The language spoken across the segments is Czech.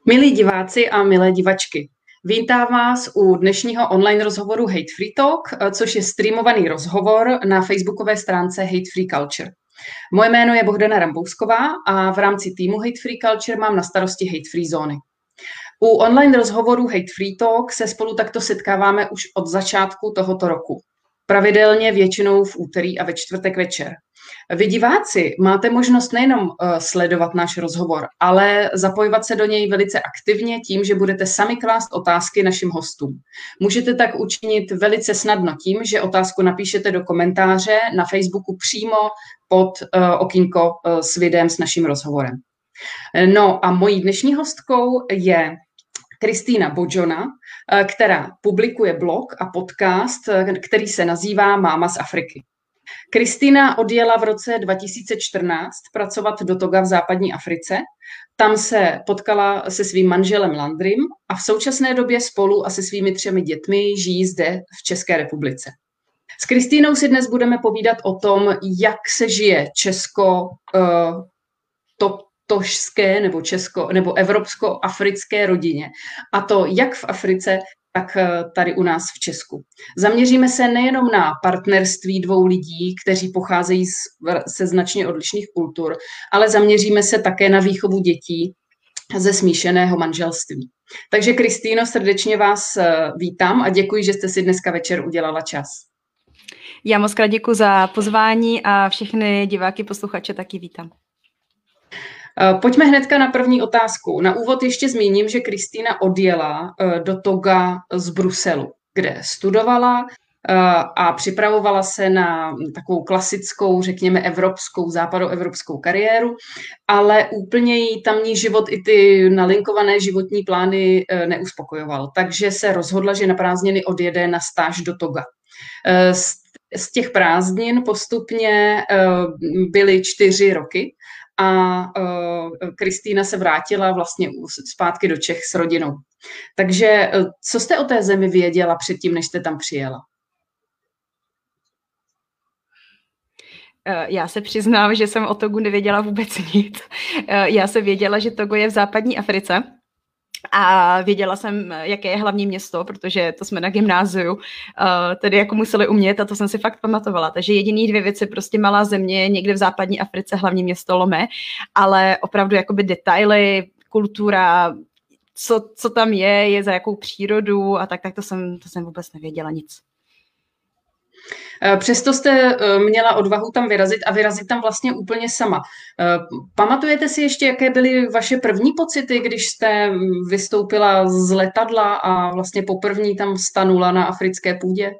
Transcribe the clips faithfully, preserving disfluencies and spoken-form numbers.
Milí diváci a milé divačky, vítám vás u dnešního online rozhovoru Hate Free Talk, což je streamovaný rozhovor na facebookové stránce Hate Free Culture. Moje jméno je Bohdana Rambousková a v rámci týmu Hate Free Culture mám na starosti Hate Free zóny. U online rozhovoru Hate Free Talk se spolu takto setkáváme už od začátku tohoto roku. Pravidelně většinou v úterý a ve čtvrtek večer. Vy diváci máte možnost nejenom uh, sledovat náš rozhovor, ale zapojovat se do něj velice aktivně tím, že budete sami klást otázky našim hostům. Můžete tak učinit velice snadno tím, že otázku napíšete do komentáře na Facebooku přímo pod uh, okýnko uh, s videem s naším rozhovorem. No a mojí dnešní hostkou je Kristýna Bodžona, která publikuje blog a podcast, který se nazývá Máma z Afriky. Kristýna odjela v roce dva tisíce čtrnáct pracovat do Toga v západní Africe. Tam se potkala se svým manželem Landrym a v současné době spolu a se svými třemi dětmi žijí zde v České republice. S Kristýnou si dnes budeme povídat o tom, jak se žije česko uh, to tožské nebo česko nebo evropsko-africké rodině. A to jak v Africe, tak tady u nás v Česku. Zaměříme se nejenom na partnerství dvou lidí, kteří pocházejí ze značně odlišných kultur, ale zaměříme se také na výchovu dětí ze smíšeného manželství. Takže Kristýno, srdečně vás vítám a děkuji, že jste si dneska večer udělala čas. Já moc krát děkuji za pozvání a všechny diváky, posluchače taky vítám. Pojďme hnedka na první otázku. Na úvod ještě zmíním, že Kristýna odjela do Toga z Bruselu, kde studovala a připravovala se na takovou klasickou, řekněme, evropskou, západoevropskou kariéru, ale úplně jí tamní život i ty nalinkované životní plány neuspokojoval. Takže se rozhodla, že na prázdniny odjede na stáž do Toga. Z těch prázdnin postupně byly čtyři roky, a Kristýna se vrátila vlastně zpátky do Čech s rodinou. Takže co jste o té zemi věděla předtím, než jste tam přijela? Já se přiznám, že jsem o Togu nevěděla vůbec nic. Já se věděla, že Togo je v západní Africe. A věděla jsem, jaké je hlavní město, protože to jsme na gymnáziu tedy jako museli umět a to jsem si fakt pamatovala. Takže jediný dvě věci, prostě malá země, někde v západní Africe, hlavní město Lomé, ale opravdu jakoby detaily, kultura, co, co tam je, je za jakou přírodu a tak, tak to jsem, to jsem vůbec nevěděla nic. Přesto jste měla odvahu tam vyrazit a vyrazit tam vlastně úplně sama. Pamatujete si ještě, jaké byly vaše první pocity, když jste vystoupila z letadla a vlastně poprvní tam stanula na africké půdě?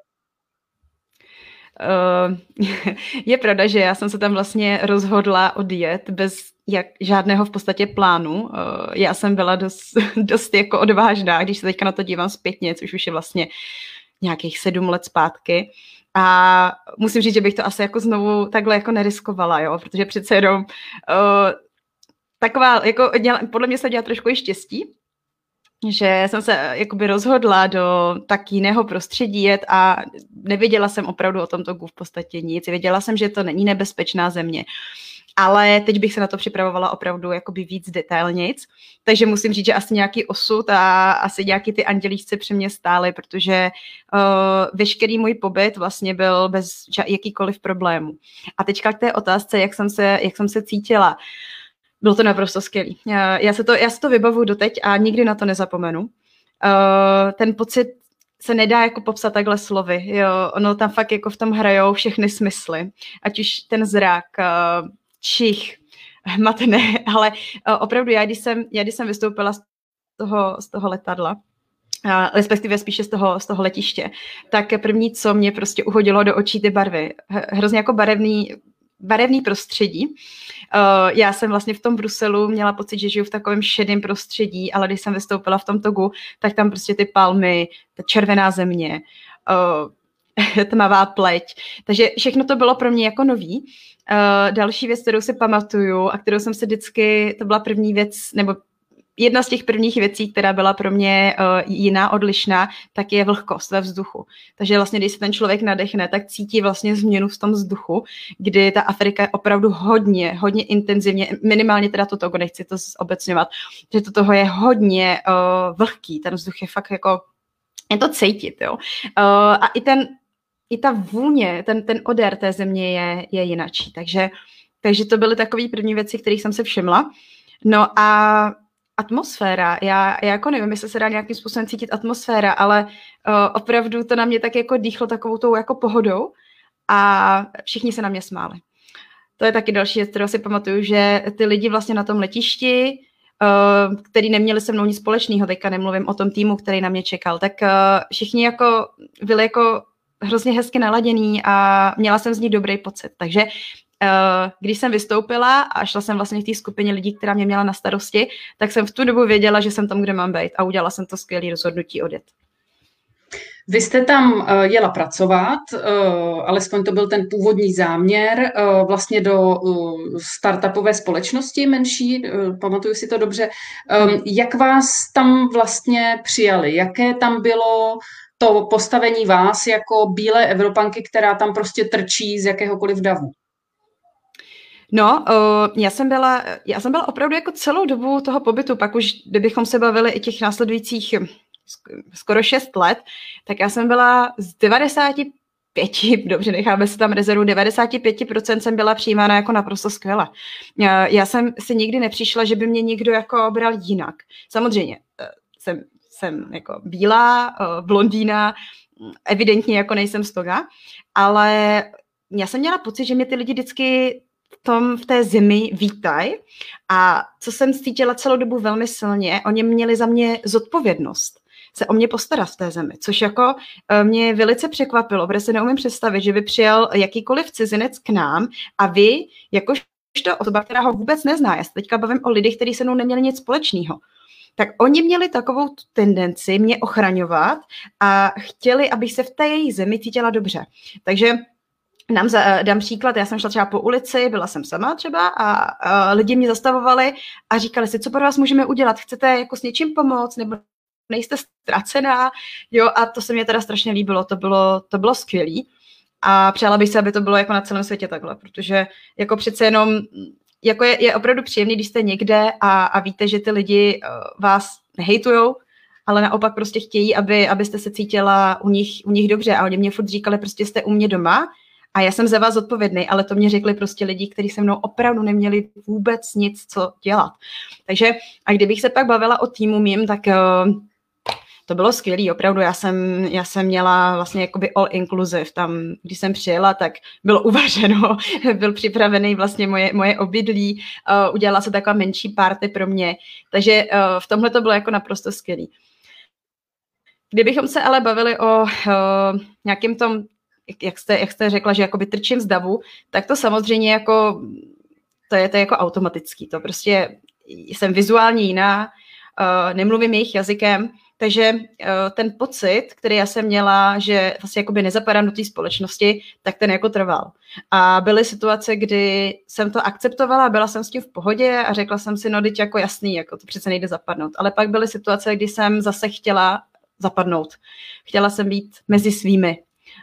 Je pravda, že já jsem se tam vlastně rozhodla odjet bez jak, žádného v podstatě plánu. Já jsem byla dost, dost jako odvážná, když se teďka na to dívám zpětně, což už je vlastně nějakých sedm let zpátky. A musím říct, že bych to asi jako znovu takhle jako neriskovala, jo, protože přece jenom uh, taková, jako děla, podle mě se dělá trošku i štěstí, že jsem se jakoby rozhodla do tak jiného prostředí jet a nevěděla jsem opravdu o tom Togu v podstatě nic. Věděla jsem, že to není nebezpečná země, ale teď bych se na to připravovala opravdu jakoby víc detailnějc, takže musím říct, že asi nějaký osud a asi nějaký ty andělíčci při mě stály, protože uh, veškerý můj pobyt vlastně byl bez jakýkoliv problémů. A teďka k té otázce, jak jsem se, jak jsem se cítila, bylo to naprosto skvělý. Já, já, se to, já se to vybavuju doteď a nikdy na to nezapomenu. Uh, ten pocit se nedá jako popsat takhle slovy. Jo, ono tam fakt jako v tom hrajou všechny smysly. Ať už ten zrak, uh, čich, hmatné, ale uh, opravdu já když, jsem, já, když jsem vystoupila z toho, z toho letadla, uh, respektive spíše z toho, z toho letiště, tak první, co mě prostě uhodilo do očí, ty barvy. Hrozně jako barevný, barevný prostředí. Uh, já jsem vlastně v tom Bruselu měla pocit, že žiju v takovém šedém prostředí, ale když jsem vystoupila v tom Togu, tak tam prostě ty palmy, ta červená země, uh, tmavá pleť. Takže všechno to bylo pro mě jako nový. Uh, další věc, kterou si pamatuju a kterou jsem se vždycky, to byla první věc, nebo jedna z těch prvních věcí, která byla pro mě uh, jiná, odlišná, tak je vlhkost ve vzduchu. Takže vlastně, když se ten člověk nadechne, tak cítí vlastně změnu v tom vzduchu, kdy ta Afrika je opravdu hodně, hodně intenzivně, minimálně teda to Togo, nechci to zobecňovat, že to toho je hodně uh, vlhký, ten vzduch je fakt jako, je to cítit, jo. Uh, a i ten, i ta vůně, ten, ten odér té země je, je jinačí, takže, takže to byly takové první věci, kterých jsem se všimla. No a atmosféra, já, já jako nevím, jestli se dá nějakým způsobem cítit atmosféra, ale uh, opravdu to na mě tak jako dýchlo takovou tou jako pohodou a všichni se na mě smáli. To je taky další věc, kterou si pamatuju, že ty lidi vlastně na tom letišti, uh, který neměli se mnou nic společného, teďka nemluvím o tom týmu, který na mě čekal, tak uh, všichni jako byli jako hrozně hezky naladěný a měla jsem z nich dobrý pocit, takže Uh, když jsem vystoupila a šla jsem vlastně v té skupině lidí, která mě měla na starosti, tak jsem v tu dobu věděla, že jsem tam, kde mám být a udělala jsem to skvělé rozhodnutí odjet. Vy jste tam uh, jela pracovat, uh, alespoň to byl ten původní záměr, uh, vlastně do uh, startupové společnosti menší, uh, pamatuju si to dobře. Um, jak vás tam vlastně přijali? Jaké tam bylo to postavení vás jako bílé Evropanky, která tam prostě trčí z jakéhokoliv davu? No, uh, já jsem byla, já jsem byla opravdu jako celou dobu toho pobytu, pak už, kdybychom se bavili i těch následujících skoro šest let, tak já jsem byla z devadesát pět, dobře, necháme se tam rezervu, devadesát pět procent jsem byla přijímána jako naprosto skvěle. Já, já jsem si nikdy nepřišla, že by mě někdo jako bral jinak. Samozřejmě, jsem, jsem jako bílá, blondýna, evidentně jako nejsem z Toga, ale já jsem měla pocit, že mě ty lidi vždycky v tom, v té zemi vítaj a co jsem cítila celou dobu velmi silně, oni měli za mě zodpovědnost se o mě postarat v té zemi, což jako mě velice překvapilo, protože si neumím představit, že by přijel jakýkoliv cizinec k nám a vy, jakožto osoba, která ho vůbec nezná, já se teďka bavím o lidech, kteří se mnou neměli nic společného, tak oni měli takovou tu tendenci mě ochraňovat a chtěli, abych se v té její zemi cítila dobře. Takže Dám, za, dám příklad, já jsem šla třeba po ulici, byla jsem sama třeba a, a lidi mě zastavovali a říkali si, co pro vás můžeme udělat, chcete jako s něčím pomoct, nebo nejste ztracená, jo, a to se mě teda strašně líbilo, to bylo, to bylo skvělý a přála bych se, aby to bylo jako na celém světě takhle, protože jako přece jenom, jako je, je opravdu příjemný, když jste někde a, a víte, že ty lidi uh, vás nehejtujou, ale naopak prostě chtějí, aby, abyste se cítila u nich, u nich dobře a oni mě furt říkali, prostě jste u mě doma, a já jsem za vás odpovědný, ale to mě řekli prostě lidi, kteří se mnou opravdu neměli vůbec nic co dělat. Takže a kdybych se pak bavila o týmu mým, tak uh, to bylo skvělý, opravdu. Já jsem, já jsem měla vlastně jakoby all inclusive. Tam, když jsem přijela, tak bylo uvařeno, byl připravený vlastně moje, moje obydlí, uh, udělala se taková menší party pro mě. Takže uh, v tomhle to bylo jako naprosto skvělý. Kdybychom se ale bavili o uh, nějakým tom, jak jste, jak jste řekla, že jakoby trčím z davu, tak to samozřejmě jako, to je, to je jako automatický. To prostě jsem vizuálně jiná, uh, nemluvím jejich jazykem, takže uh, ten pocit, který já jsem měla, že vlastně jakoby nezapadám do té společnosti, tak ten jako trval. A byly situace, kdy jsem to akceptovala, byla jsem s tím v pohodě a řekla jsem si, no teď jako jasný, jako to přece nejde zapadnout. Ale pak byly situace, kdy jsem zase chtěla zapadnout. Chtěla jsem být mezi svými.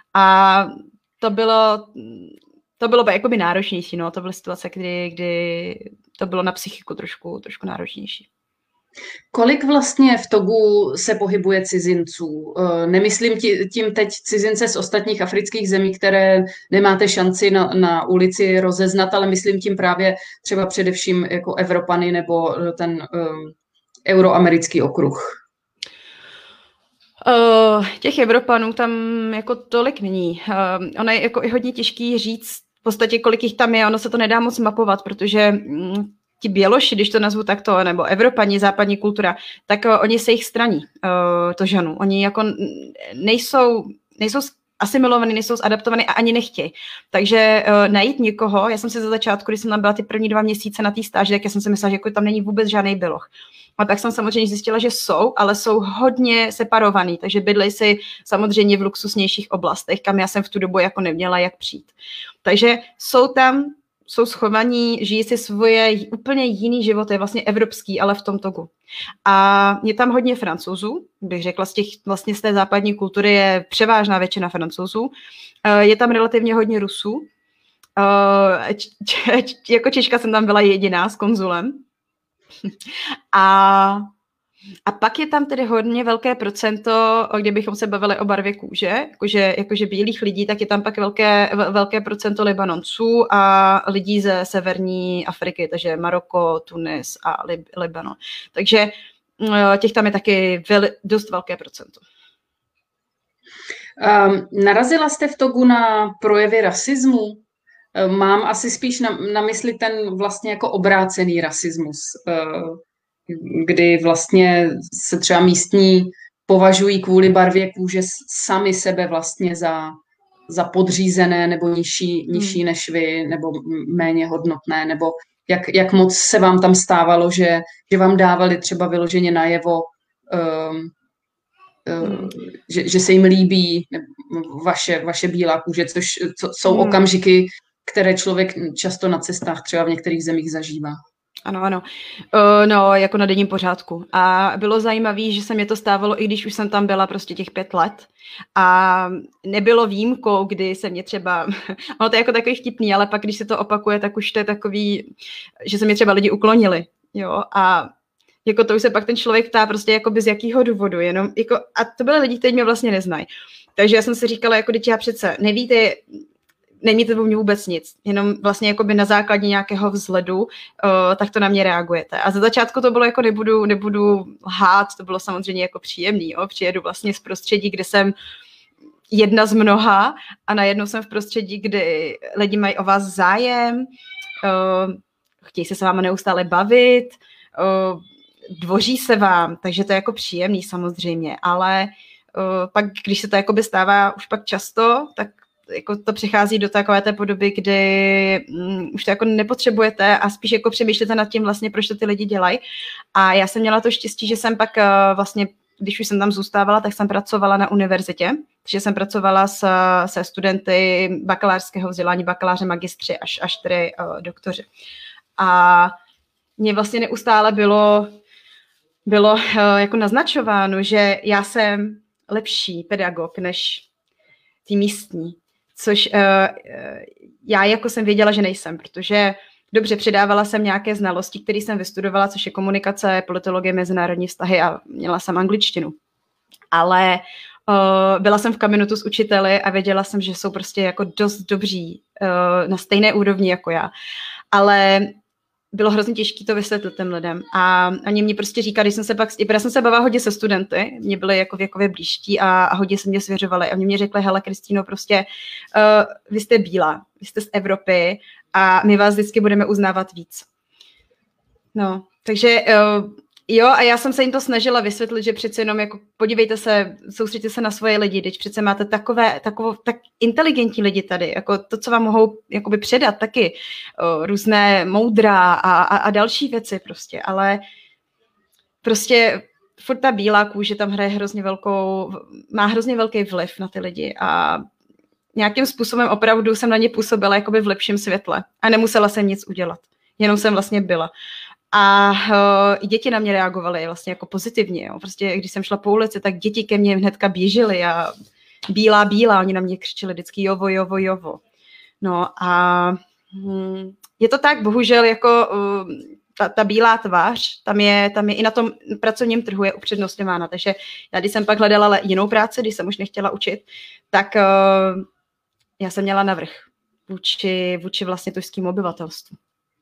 A to bylo, to bylo jakoby náročnější, no. To byly situace, kdy, kdy to bylo na psychiku trošku, trošku náročnější. Kolik vlastně v Togu se pohybuje cizinců? Nemyslím tím teď cizince z ostatních afrických zemí, které nemáte šanci na, na ulici rozeznat, ale myslím tím právě třeba především jako Evropany nebo ten um, euroamerický okruh. Uh, těch Evropanů tam jako tolik není. Uh, ono je jako i hodně těžký říct v podstatě, kolik jich tam je, ono se to nedá moc mapovat, protože mm, ti Běloši, když to nazvu takto, nebo Evropani, západní kultura, tak uh, oni se jich straní, uh, to žanu. Oni jako nejsou, nejsou asimilovaný, nejsou adaptovaný a ani nechtějí. Takže uh, najít někoho, já jsem si za začátku, když jsem tam byla ty první dva měsíce na té stáži, tak já jsem si myslela, že jako tam není vůbec žádný Běloch. A tak jsem samozřejmě zjistila, že jsou, ale jsou hodně separovaný, takže bydlej si samozřejmě v luxusnějších oblastech, kam já jsem v tu dobu jako neměla jak přijít. Takže jsou tam jsou schovaní, žijí si svoje úplně jiný život, je vlastně evropský, ale v tom Togu. A je tam hodně Francouzů, bych řekla, z těch, vlastně z té západní kultury je převážná většina Francouzů. Je tam relativně hodně Rusů. Č- č- jako Češka jsem tam byla jediná s konzulem. A A pak je tam tedy hodně velké procento, kdybychom se bavili o barvě kůže, jakože, jakože bílých lidí, tak je tam pak velké, velké procento Libanonců a lidí ze severní Afriky, takže Maroko, Tunis a Lib- Libanon. Takže těch tam je taky veli, dost velké procento. Um, narazila jste v Togu na projevy rasismu? Um, mám asi spíš na, na mysli ten vlastně jako obrácený rasismus, uh, kdy vlastně se třeba místní považují kvůli barvě kůže sami sebe vlastně za, za podřízené nebo nižší, nižší než vy, nebo méně hodnotné, nebo jak, jak moc se vám tam stávalo, že, že vám dávali třeba vyloženě najevo, um, um, že, že se jim líbí vaše, vaše bílá kůže, což co, jsou hmm. okamžiky, které člověk často na cestách třeba v některých zemích zažívá. Ano, ano. Uh, no, jako na denním pořádku. A bylo zajímavé, že se mě to stávalo, i když už jsem tam byla prostě těch pět let. A nebylo výjimkou, kdy se mě třeba, ono to je jako takový vtipný, ale pak, když se to opakuje, tak už to je takový, že se mě třeba lidi uklonili. Jo, a jako to už se pak ten člověk ptá prostě jako bez jakého důvodu, jenom jako, a to byly lidi, kteří mě vlastně neznají. Takže já jsem si říkala, jako teď já přece nevíte, nevíte o mě vůbec nic, jenom vlastně jakoby na základě nějakého vzhledu, uh, tak to na mě reagujete. A za začátku to bylo jako nebudu, nebudu lhát, to bylo samozřejmě jako příjemný, jo? Přijedu vlastně z prostředí, kde jsem jedna z mnoha a najednou jsem v prostředí, kdy lidi mají o vás zájem, uh, chtějí se s váma neustále bavit, uh, dvoří se vám, takže to je jako příjemný samozřejmě, ale uh, pak, když se to jakoby stává už pak často, tak jako to přichází do takové té podoby, kdy um, už to jako nepotřebujete a spíš jako přemýšlíte nad tím vlastně, proč to ty lidi dělají. A já jsem měla to štěstí, že jsem pak uh, vlastně, když už jsem tam zůstávala, tak jsem pracovala na univerzitě, takže jsem pracovala s, se studenty bakalářského vzdělání, bakaláře, magistři až, až tedy uh, doktoři. A mě vlastně neustále bylo, bylo uh, jako naznačováno, že já jsem lepší pedagog než ty místní, což uh, já jako jsem věděla, že nejsem, protože dobře předávala jsem nějaké znalosti, které jsem vystudovala, což je komunikace, politologie, mezinárodní vztahy a měla jsem angličtinu. Ale uh, byla jsem v kabinetu s učiteli a věděla jsem, že jsou prostě jako dost dobří uh, na stejné úrovni jako já. Ale bylo hrozně těžké to vysvětlit těm lidem. A oni mě prostě říkali, když jsem se pak, já jsem se bavila hodně se studenty, mě byly jako věkově blížší a, a hodně se mě svěřovali. A oni mě řekli, hele Kristýno, prostě uh, vy jste bílá, vy jste z Evropy a my vás vždycky budeme uznávat víc. No, takže uh, jo, a já jsem se jim to snažila vysvětlit, že přece jenom jako podívejte se, soustředěte se na svoje lidi, teď přece máte takové, takové, tak inteligentní lidi tady, jako to, co vám mohou jakoby předat taky, o, různé moudra a, a, a další věci prostě, ale prostě furt ta bílá kůže tam hraje hrozně velkou, má hrozně velký vliv na ty lidi a nějakým způsobem opravdu jsem na ně působila jakoby v lepším světle a nemusela jsem nic udělat, jenom jsem vlastně byla. A uh, děti na mě reagovaly vlastně jako pozitivně. Jo. Prostě když jsem šla po ulici, tak děti ke mně hnedka běžely a bílá, bílá, oni na mě křičeli vždycky jovo, jovo, jovo. No a hm, je to tak, bohužel jako uh, ta, ta bílá tvář, tam je, tam je i na tom pracovním trhu je upřednostňována. Takže já, když jsem pak hledala jinou práci, když jsem už nechtěla učit, tak uh, já jsem měla navrch vůči, vůči vlastně tužskému obyvatelstvu.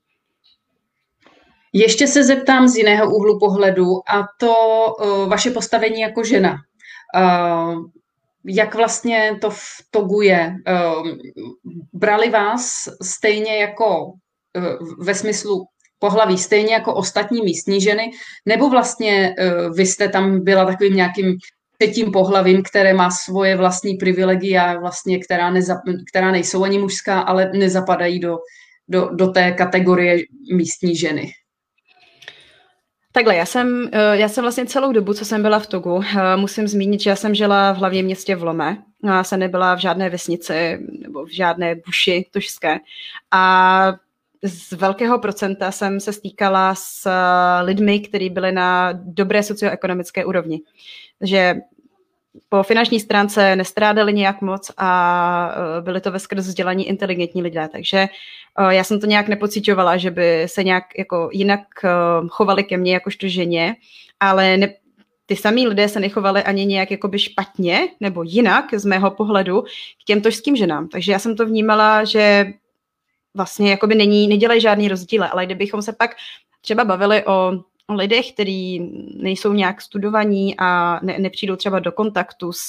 Ještě se zeptám z jiného úhlu pohledu a to uh, vaše postavení jako žena. Uh, jak vlastně to v Togu je? Uh, brali vás stejně jako uh, ve smyslu pohlaví, stejně jako ostatní místní ženy, nebo vlastně uh, vy jste tam byla takovým nějakým třetím pohlavím, které má svoje vlastní privilegia, vlastně, která, neza, která nejsou ani mužská, ale nezapadají do, do, do té kategorie místní ženy? Takhle, já jsem, já jsem vlastně celou dobu, co jsem byla v Togu, musím zmínit, že já jsem žila v hlavním městě v Lome. Já jsem nebyla v žádné vesnici nebo v žádné buši tužské. A z velkého procenta jsem se stýkala s lidmi, kteří byli na dobré socioekonomické úrovni. Že po finanční stránce nestrádali nějak moc a byli to veskrze vzdělaní inteligentní lidé. Takže já jsem to nějak nepociťovala, že by se nějak jako jinak chovali ke mně jakožto ženě, ale ne, ty samý lidé se nechovali ani nějak jakoby špatně nebo jinak z mého pohledu k těm tožským ženám. Takže já jsem to vnímala, že vlastně jakoby není, nedělají žádný rozdíl, ale kdybychom se pak třeba bavili o, o lidech, kteří nejsou nějak studovaní a ne, nepřijdou třeba do kontaktu s,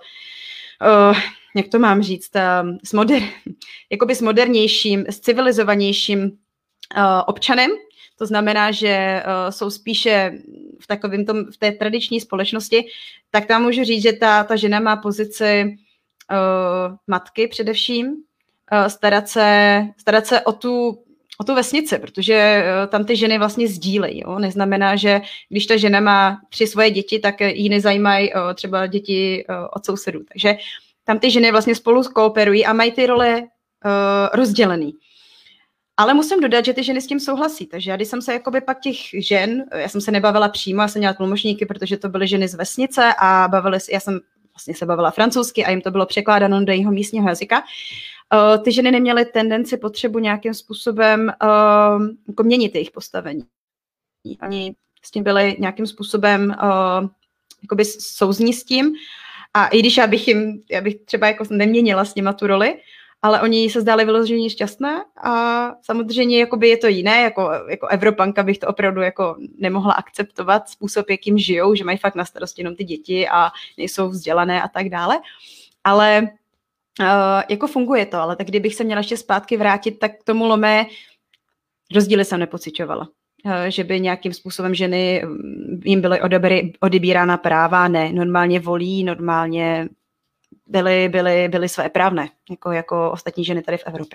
uh, jak to mám říct, uh, s, moder, jakoby s modernějším, s civilizovanějším uh, občanem. To znamená, že uh, jsou spíše v takovém tom, v té tradiční společnosti, tak tam můžu říct, že ta, ta žena má pozici uh, matky především, uh, starat se, starat se o tu, o tu vesnici, protože uh, tam ty ženy vlastně sdílejí. Jo? Neznamená, že když ta žena má tři svoje děti, tak ji nezajímají uh, třeba děti uh, od sousedů. Takže tam ty ženy vlastně spolu kooperují a mají ty role uh, rozdělený. Ale musím dodat, že ty ženy s tím souhlasí, takže já když jsem se jakoby pak těch žen, já jsem se nebavila přímo, já jsem měla tlumočníky, protože to byly ženy z vesnice a bavili se, já jsem vlastně se bavila francouzsky a jim to bylo překládáno do jeho místního jazyka. Uh, ty ženy neměly tendenci, potřebu nějakým způsobem uh, jako měnit jejich postavení. Oni s tím byli nějakým způsobem uh, jakoby souzní s tím a i když já bych jim, já bych třeba jako neměnila s nima tu roli, ale oni se zdáli vyloženě šťastné a samozřejmě jakoby je to jiné, jako, jako Evropanka bych to opravdu jako nemohla akceptovat, způsob, jakým žijou, že mají fakt na starosti jenom ty děti a nejsou vzdělané a tak dále, ale uh, jako funguje to, ale tak kdybych se měla ještě zpátky vrátit, tak k tomu Lomé rozdíly jsem nepociťovala. Uh, že by nějakým způsobem ženy, jim byly odebry, odebírána práva, ne, normálně volí, normálně byly, byly, byly svéprávné, jako, jako ostatní ženy tady v Evropě.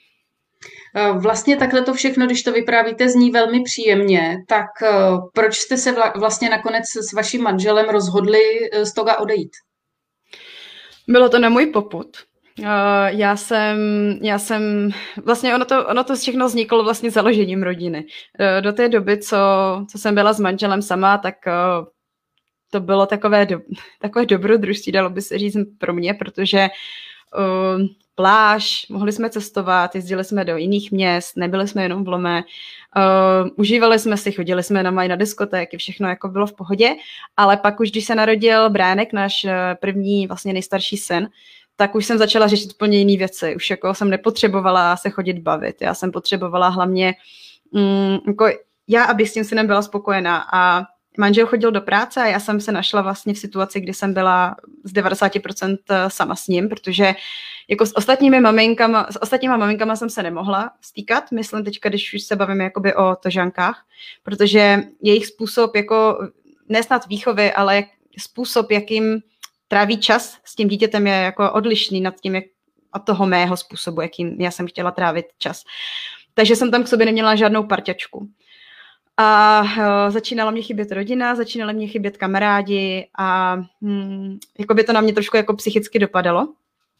Vlastně takhle to všechno, když to vyprávíte, zní velmi příjemně, tak proč jste se vlastně nakonec s vaším manželem rozhodli z Toga odejít? Bylo to na můj popud. Já jsem, já jsem, vlastně ono to, ono to všechno vzniklo vlastně založením rodiny. Do té doby, co, co jsem byla s manželem sama, tak to bylo takové, do, takové dobrodružství, dalo by se říct pro mě, protože uh, pláž, mohli jsme cestovat, jezdili jsme do jiných měst, nebyli jsme jenom v Lomé, uh, užívali jsme si, chodili jsme na maj na diskotéky, všechno jako bylo v pohodě, ale pak už, když se narodil Bránek, náš první vlastně nejstarší syn, tak už jsem začala řešit úplně jiné věci. Už jako jsem nepotřebovala se chodit bavit. Já jsem potřebovala hlavně, um, jako já, abych s tím synem byla spokojená a manžel chodil do práce a já jsem se našla vlastně v situaci, kdy jsem byla z devadesát procent sama s ním, protože jako s ostatními maminkama, s ostatníma maminkama jsem se nemohla stýkat, myslím teďka, když už se bavíme jakoby o tožankách, protože jejich způsob jako, ne snad výchovy, ale způsob, jakým tráví čas s tím dítětem je jako odlišný nad tím, jak, od toho mého způsobu, jakým já jsem chtěla trávit čas. Takže jsem tam k sobě neměla žádnou parťačku. A uh, začínala mě chybět rodina, začínala mě chybět kamarádi a hm, jako by to na mě trošku jako psychicky dopadalo.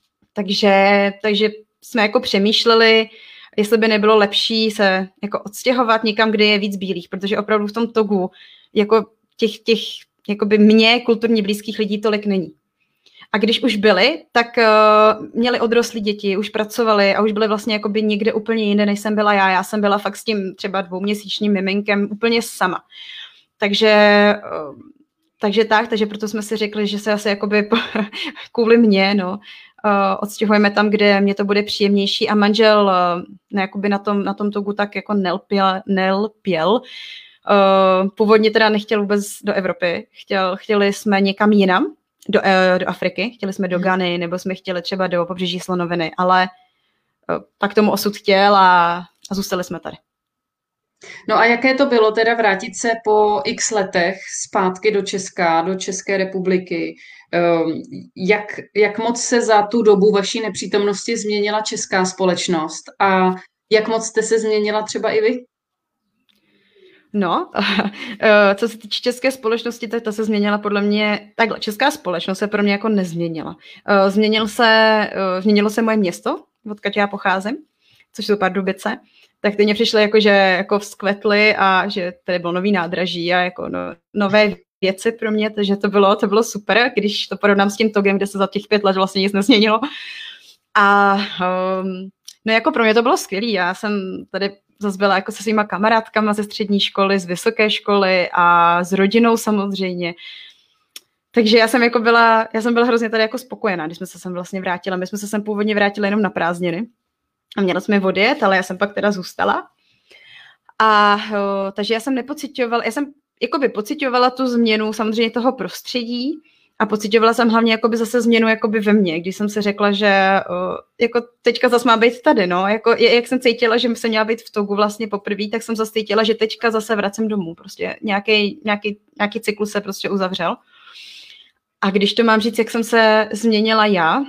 Takže, takže jsme jako přemýšleli, jestli by nebylo lepší se jako odstěhovat někam, kde je víc bílých, protože opravdu v tom Togu jako těch, těch jakoby mně kulturně blízkých lidí tolik není. A když už byli, tak uh, měli odrostlí děti, už pracovali a už byli vlastně jakoby někde úplně jinde, než jsem byla já. Já jsem byla fakt s tím třeba dvouměsíčním miminkem úplně sama. Takže, uh, takže tak, takže proto jsme si řekli, že se asi jakoby kvůli mně, no, uh, odstěhujeme tam, kde mě to bude příjemnější a manžel uh, ne, jakoby na tom, na tom Togu tak jako nelpěl. nelpěl. Uh, původně teda nechtěl vůbec do Evropy, Chtěl, chtěli jsme někam jinam, Do, do Afriky, chtěli jsme do Ghany, nebo jsme chtěli třeba do pobřeží Slonoviny, ale tak tomu osud chtěl a, a zůstali jsme tady. No a jaké to bylo teda vrátit se po x letech zpátky do Česka, do České republiky? Jak, jak moc se za tu dobu vaší nepřítomnosti změnila česká společnost a jak moc jste se změnila třeba i vy? No, co se týče české společnosti, tak ta se změnila podle mě, takhle, česká společnost se pro mě jako nezměnila. Změnil se, změnilo se moje město, odkud já pocházím, což jsou Pardubice, tak ty mě přišly jako, že jako vzkvetly a že tady bylo nový nádraží a jako no, nové věci pro mě, takže to bylo, to bylo super, když to porovnám s tím Togem, kde se za těch pět let vlastně nic nezměnilo. A um, no jako pro mě to bylo skvělý, já jsem tady zase byla jako se svýma kamarádkama ze střední školy, z vysoké školy a s rodinou samozřejmě. Takže já jsem jako byla, já jsem byla hrozně tady jako spokojená, když jsme se sem vlastně vrátila. My jsme se sem původně vrátili jenom na prázdniny a měla jsme odjet, ale já jsem pak teda zůstala. A o, takže já jsem nepocitovala, já jsem jakoby pocitovala tu změnu samozřejmě toho prostředí a pocitovala jsem hlavně jakoby zase změnu jakoby ve mně, když jsem si řekla, že o, jako teďka zase má být tady, no, jako jak jsem cítila, že jsem měla být v Togu vlastně poprvé, tak jsem zase cítila, že teďka zase vracím domů, prostě nějaký, nějaký, nějaký cyklus se prostě uzavřel. A když to mám říct, jak jsem se změnila já,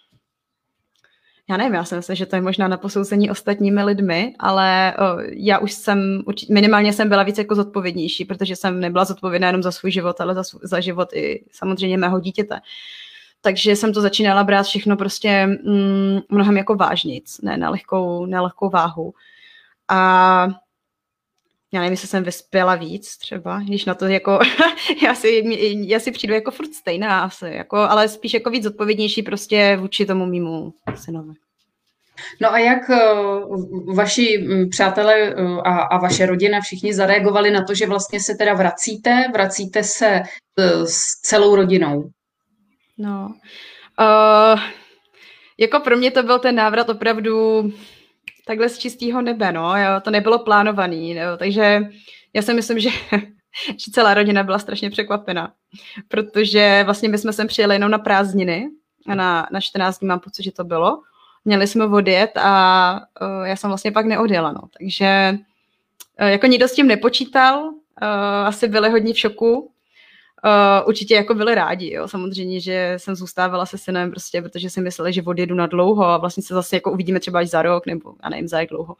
já nevím, já si myslím, že to je možná na posouzení ostatními lidmi, ale o, já už jsem, minimálně jsem byla víc jako zodpovědnější, protože jsem nebyla zodpovědná jenom za svůj život, ale za, za život i samozřejmě mého dítěte. Takže jsem to začínala brát všechno prostě mm, mnohem jako vážnic, ne na lehkou, na lehkou váhu. A já nevím, jestli jsem vyspěla víc třeba, když na to jako, já, si, já si přijdu jako furt stejná asi, jako, ale spíš jako víc odpovědnější prostě vůči tomu mýmu synovi. No a jak uh, vaši přátelé uh, a, a vaše rodina všichni zareagovali na to, že vlastně se teda vracíte, vracíte se uh, s celou rodinou? No, uh, jako pro mě to byl ten návrat opravdu takhle z čistého nebe, no, jo, to nebylo plánovaný, jo, takže já si myslím, že, že celá rodina byla strašně překvapená, protože vlastně my jsme sem přijeli jenom na prázdniny a na, na čtrnáct dní mám pocit, že to bylo. Měli jsme odjet a uh, já jsem vlastně pak neodjela, no, takže uh, jako nikdo s tím nepočítal, uh, asi byli hodně v šoku. Uh, určitě jako byli rádi, jo, samozřejmě, že jsem zůstávala se synem prostě, protože si mysleli, že odjedu na dlouho a vlastně se zase jako uvidíme třeba až za rok, nebo já nevím, za jak dlouho.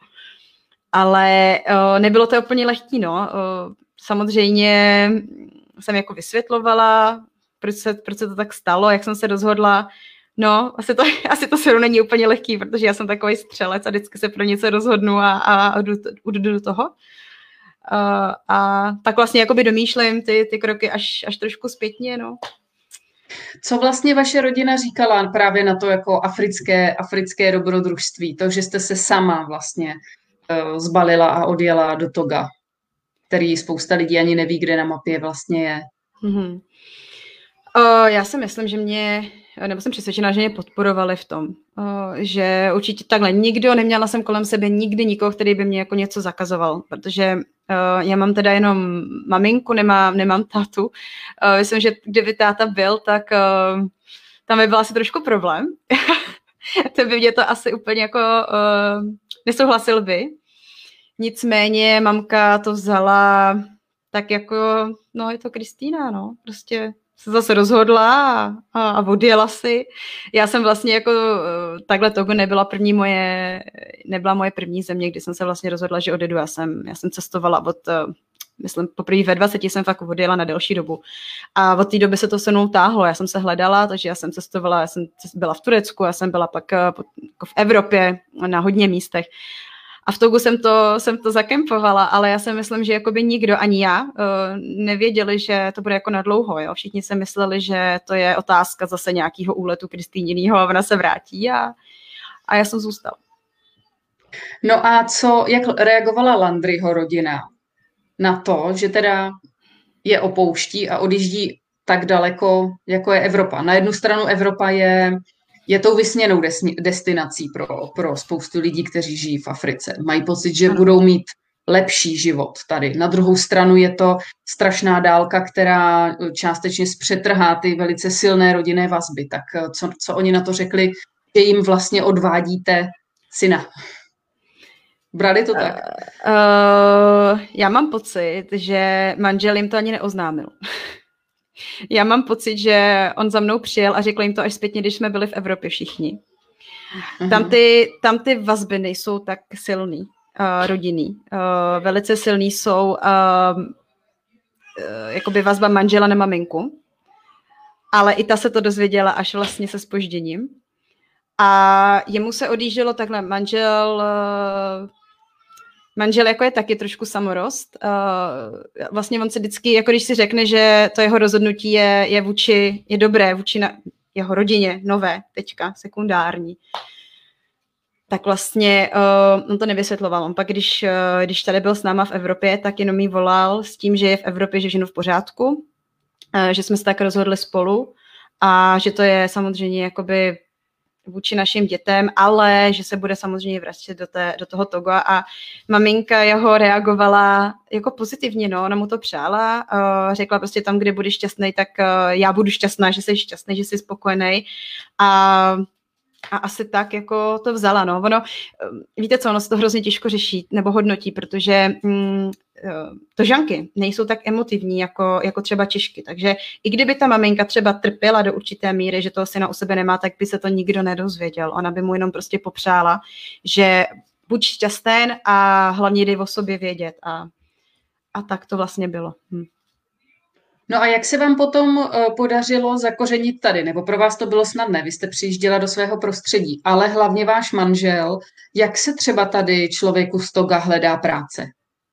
Ale uh, nebylo to úplně lehký, no. Uh, samozřejmě jsem jako vysvětlovala, proč se, proč se to tak stalo, jak jsem se rozhodla. No, asi to, asi to se není úplně lehký, protože já jsem takový střelec a vždycky se pro něco rozhodnu a, a jdu, jdu do toho. Uh, a tak vlastně jakoby domýšlím ty, ty kroky až, až trošku zpětně, no. Co vlastně vaše rodina říkala právě na to jako africké, africké dobrodružství, to, že jste se sama vlastně uh, zbalila a odjela do Toga, který spousta lidí ani neví, kde na mapě vlastně je. Mm-hmm. Uh, já si myslím, že mě, nebo jsem přesvědčená, že mě podporovali v tom, uh, že určitě takhle nikdo, neměla jsem kolem sebe nikdy nikoho, který by mě jako něco zakazoval, protože uh, já mám teda jenom maminku, nemám, nemám tátu. Uh, myslím, že kdyby táta byl, tak uh, tam by byl asi trošku problém. To by mě to asi úplně jako uh, nesouhlasil by. Nicméně mamka to vzala tak jako, no je to Kristýna, no, prostě se zase rozhodla a, a, a odjela si. Já jsem vlastně jako takhle Togo nebyla první moje, nebyla moje první země, kdy jsem se vlastně rozhodla, že odjedu. Já jsem, já jsem cestovala od, myslím, poprvé ve dvaceti jsem fakt odjela na delší dobu. A od té doby se to se mnou táhlo. Já jsem se hledala, takže já jsem cestovala, já jsem byla v Turecku, já jsem byla pak jako v Evropě na hodně místech. A v Togu jsem to, jsem to zakempovala, ale já si myslím, že jakoby nikdo, ani já, nevěděli, že to bude jako na dlouho. Jo? Všichni si mysleli, že to je otázka zase nějakého úletu Kristýninýho a ona se vrátí a, a já jsem zůstala. No a co, jak reagovala Landryho rodina na to, že teda je opouští a odjíždí tak daleko, jako je Evropa? Na jednu stranu Evropa je... Je tou vysněnou destinací pro, pro spoustu lidí, kteří žijí v Africe. Mají pocit, že budou mít lepší život tady. Na druhou stranu je to strašná dálka, která částečně zpřetrhá ty velice silné rodinné vazby. Tak co, co oni na to řekli, že jim vlastně odvádíte syna? Brali to tak? Uh, uh, já mám pocit, že manžel jim to ani neoznámil. Já mám pocit, že on za mnou přijel a řekl jim to až zpětně, když jsme byli v Evropě všichni. Uh-huh. Tam, ty, tam ty vazby nejsou tak silný, uh, rodinný. Uh, velice silný jsou uh, uh, jakoby vazba manžela na maminku, ale i ta se to dozvěděla až vlastně se zpožděním. A jemu se odjíždělo takhle, manžel, manžel jako je taky trošku samorost. Vlastně on se vždycky, jako když si řekne, že to jeho rozhodnutí je, je vůči, je dobré vůči na, jeho rodině, nové, teďka, sekundární, tak vlastně uh, on to nevysvětloval. On pak, když, uh, když tady byl s náma v Evropě, tak jenom jí volal s tím, že je v Evropě, že ženu v pořádku, uh, že jsme se tak rozhodli spolu a že to je samozřejmě jakoby vůči našim dětem, ale že se bude samozřejmě vracet do, té, do toho Toga a maminka jeho reagovala jako pozitivně, no, ona mu to přála, uh, řekla prostě tam, kde budeš šťastný, tak uh, já budu šťastná, že jsi šťastný, že jsi spokojený a A asi tak jako to vzala, no. Ono, víte co, ono se to hrozně těžko řeší nebo hodnotí, protože mm, to žanky nejsou tak emotivní jako, jako třeba Češky, takže i kdyby ta maminka třeba trpěla do určité míry, že toho syna u sebe nemá, tak by se to nikdo nedozvěděl. Ona by mu jenom prostě popřála, že buď šťastný a hlavně dej o sobě vědět a, a tak to vlastně bylo. Hm. No a jak se vám potom podařilo zakořenit tady? Nebo pro vás to bylo snadné, vy jste přijížděla do svého prostředí, ale hlavně váš manžel. Jak se třeba tady člověku z Toga hledá práce?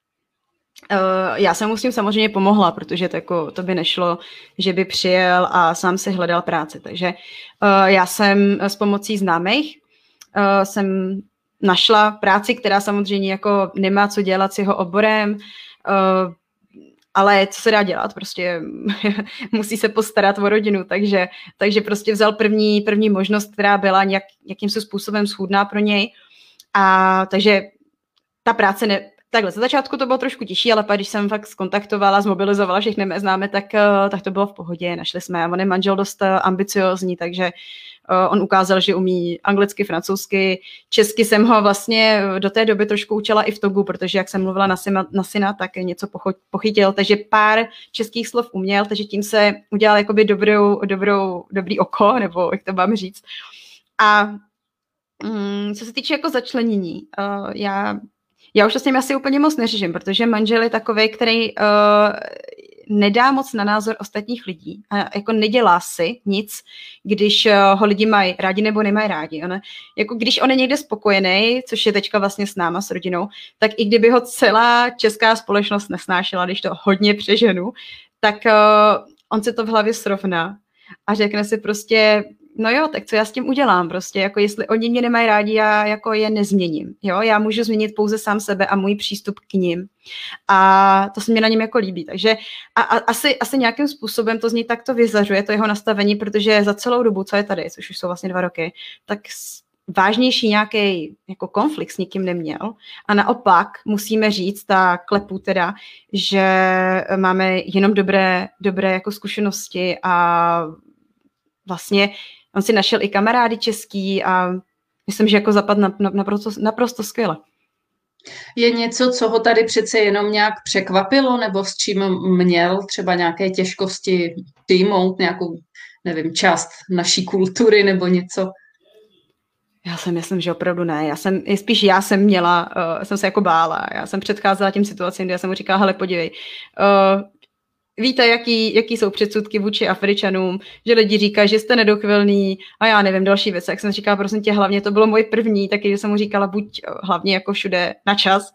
Uh, já jsem mu s tím samozřejmě pomohla, protože to, jako, to by nešlo, že by přijel a sám si hledal práci. Takže uh, já jsem s pomocí známých uh, jsem našla práci, která samozřejmě jako nemá co dělat s jeho oborem, uh, ale co se dá dělat, prostě musí se postarat o rodinu, takže, takže prostě vzal první, první možnost, která byla nějak, nějakým způsobem schůdná pro něj. A takže ta práce, ne, takhle, za začátku to bylo trošku těžší, ale pak, když jsem fakt skontaktovala, zmobilizovala všechny mé známe, tak, tak to bylo v pohodě, našli jsme. On je manžel dost ambiciozní, takže on ukázal, že umí anglicky, francouzsky, česky jsem ho vlastně do té doby trošku učila i v Togu, protože jak jsem mluvila na syna, na syna tak něco pochytil, takže pár českých slov uměl, takže tím se udělal jakoby dobrou, dobrou, dobrý oko, nebo jak to mám říct. A mm, co se týče jako začlenění, uh, já, já už to s ním asi úplně moc neřeším, protože manžel je takovej, který uh, nedá moc na názor ostatních lidí a jako nedělá si nic, když ho lidi mají rádi nebo nemají rádi. Ona, jako když on je někde spokojený, což je teďka vlastně s náma, s rodinou, tak i kdyby ho celá česká společnost nesnášela, když to hodně přeženu, tak uh, on si to v hlavě srovná a řekne si prostě, no jo, tak co já s tím udělám prostě, jako jestli oni mě nemají rádi, já jako je nezměním, jo, já můžu změnit pouze sám sebe a můj přístup k ním a to se mě na něm jako líbí, takže a, a asi, asi nějakým způsobem to z něj takto vyzařuje, to jeho nastavení, protože za celou dobu, co je tady, což už jsou vlastně dva roky, tak vážnější nějaký jako konflikt s nikým neměl a naopak musíme říct a klepu teda, že máme jenom dobré, dobré jako zkušenosti a vlastně on si našel i kamarády český a myslím, že jako zapadl naprosto, naprosto skvěle. Je něco, co ho tady přece jenom nějak překvapilo, nebo s čím měl třeba nějaké těžkosti přijmout nějakou, nevím, část naší kultury nebo něco? Já si myslím, že opravdu ne. Já jsem, spíš já jsem měla, uh, jsem se jako bála. Já jsem předcházela tím situacím, kde já jsem mu říkala, hele, podívej, uh, víte, jaký, jaký jsou předsudky vůči Afričanům, že lidi říkají, že jste nedochvilný a já nevím, další věc. Jak jsem říkala, prosím tě, hlavně to bylo můj první, taky že jsem mu říkala, buď hlavně jako všude na čas.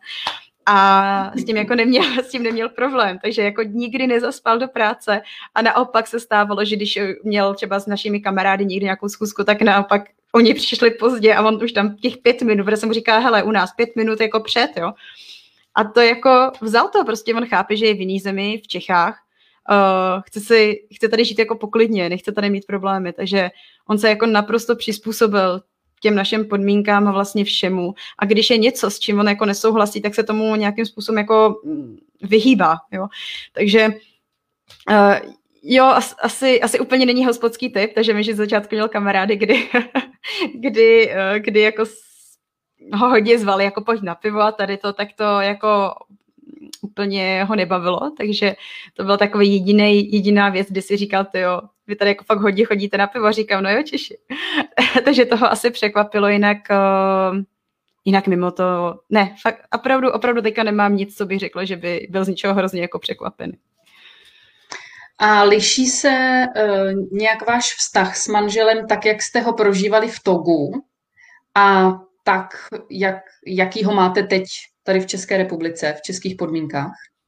A s tím jako neměl, s tím neměl problém, takže jako nikdy nezaspal do práce a naopak se stávalo, že když měl třeba s našimi kamarády někdy nějakou schůzku, tak naopak oni přišli pozdě a on už tam těch pět minut, protože jsem mu říkala, hele, u nás pět minut jako před, jo. A to jako vzal to, prostě on chápe, že je v jiný zemi, v Čechách, uh, chce, si, chce tady žít jako poklidně, nechce tady mít problémy, takže on se jako naprosto přizpůsobil těm našim podmínkám a vlastně všemu. A když je něco, s čím on jako nesouhlasí, tak se tomu nějakým způsobem jako vyhýbá, jo. Takže uh, jo, asi, asi úplně není hospodský typ, takže mi, že z začátku měl kamarády, kdy, kdy, uh, kdy jako ho hodně zvali, jako pojď na pivo a tady to, tak to jako úplně ho nebavilo, takže to byla takový jediný, jediná věc, kdy si říkal, tyjo, vy tady jako fakt hodně chodíte na pivo, říkám, no jo, Češi. Takže toho asi překvapilo, jinak, uh, jinak mimo to, ne, fakt opravdu, opravdu teďka nemám nic, co bych řekla, že by byl z ničeho hrozně jako překvapený. A liší se uh, nějak váš vztah s manželem tak, jak jste ho prožívali v Togu a tak, jak, jaký ho máte teď tady v České republice, v českých podmínkách?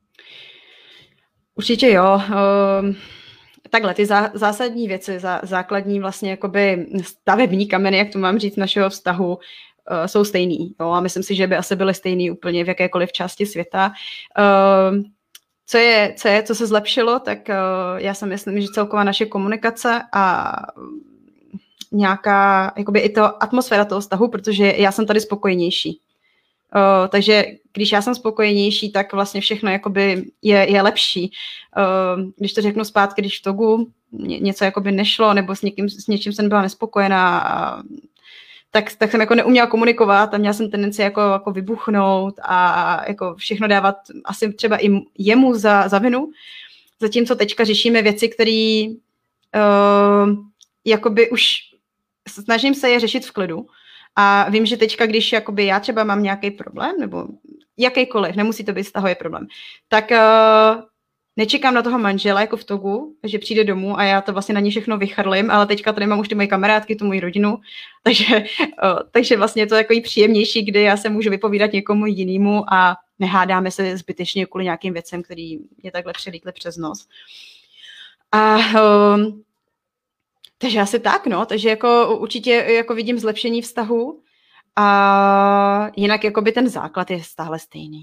Určitě jo. Um, takhle, ty zá, zásadní věci, zá, základní vlastně jakoby stavební kameny, jak to mám říct, našeho vztahu, uh, jsou stejný. Jo? A myslím si, že by asi byly stejný úplně v jakékoliv části světa. Uh, co, je, co je, co se zlepšilo, tak uh, já si myslím, že celková naše komunikace a nějaká, jakoby i to atmosféra toho vztahu, protože já jsem tady spokojenější. Uh, takže když já jsem spokojenější, tak vlastně všechno jakoby je, je lepší. Uh, když to řeknu zpátky, když v Togu ně, něco jakoby nešlo, nebo s, někým, s něčím jsem byla nespokojená, a, tak, tak jsem jako neuměla komunikovat a měla jsem tendenci jako, jako vybuchnout a jako všechno dávat asi třeba i jemu za, za vinu. Zatímco teďka řešíme věci, které uh, jakoby už snažím se je řešit v klidu. A vím, že teďka, když jakoby já třeba mám nějaký problém, nebo jakýkoliv, nemusí to být vztahový problém, tak uh, nečekám na toho manžela jako v Togu, že přijde domů a já to vlastně na ní všechno vychrlím, ale teďka tady mám už ty moje kamarádky, tu moji rodinu, takže, uh, takže vlastně je to jako příjemnější, kdy já se můžu vypovídat někomu jinému a nehádáme se zbytečně kvůli nějakým věcem, který je takhle přelítly přes nos. A uh, Takže asi tak, no. Takže jako určitě jako vidím zlepšení vztahu a jinak jakoby ten základ je stále stejný.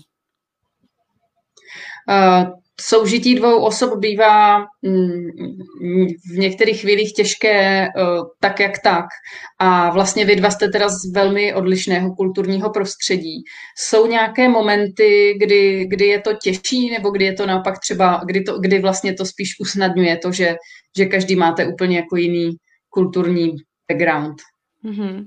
Uh, soužití dvou osob bývá mm, v některých chvílích těžké uh, tak jak tak. A vlastně vy dva jste teda z velmi odlišného kulturního prostředí. Jsou nějaké momenty, kdy, kdy je to těžší, nebo kdy je to naopak třeba, kdy, to, kdy vlastně to spíš usnadňuje to, že, že každý máte úplně jako jiný kulturní background? Mm-hmm.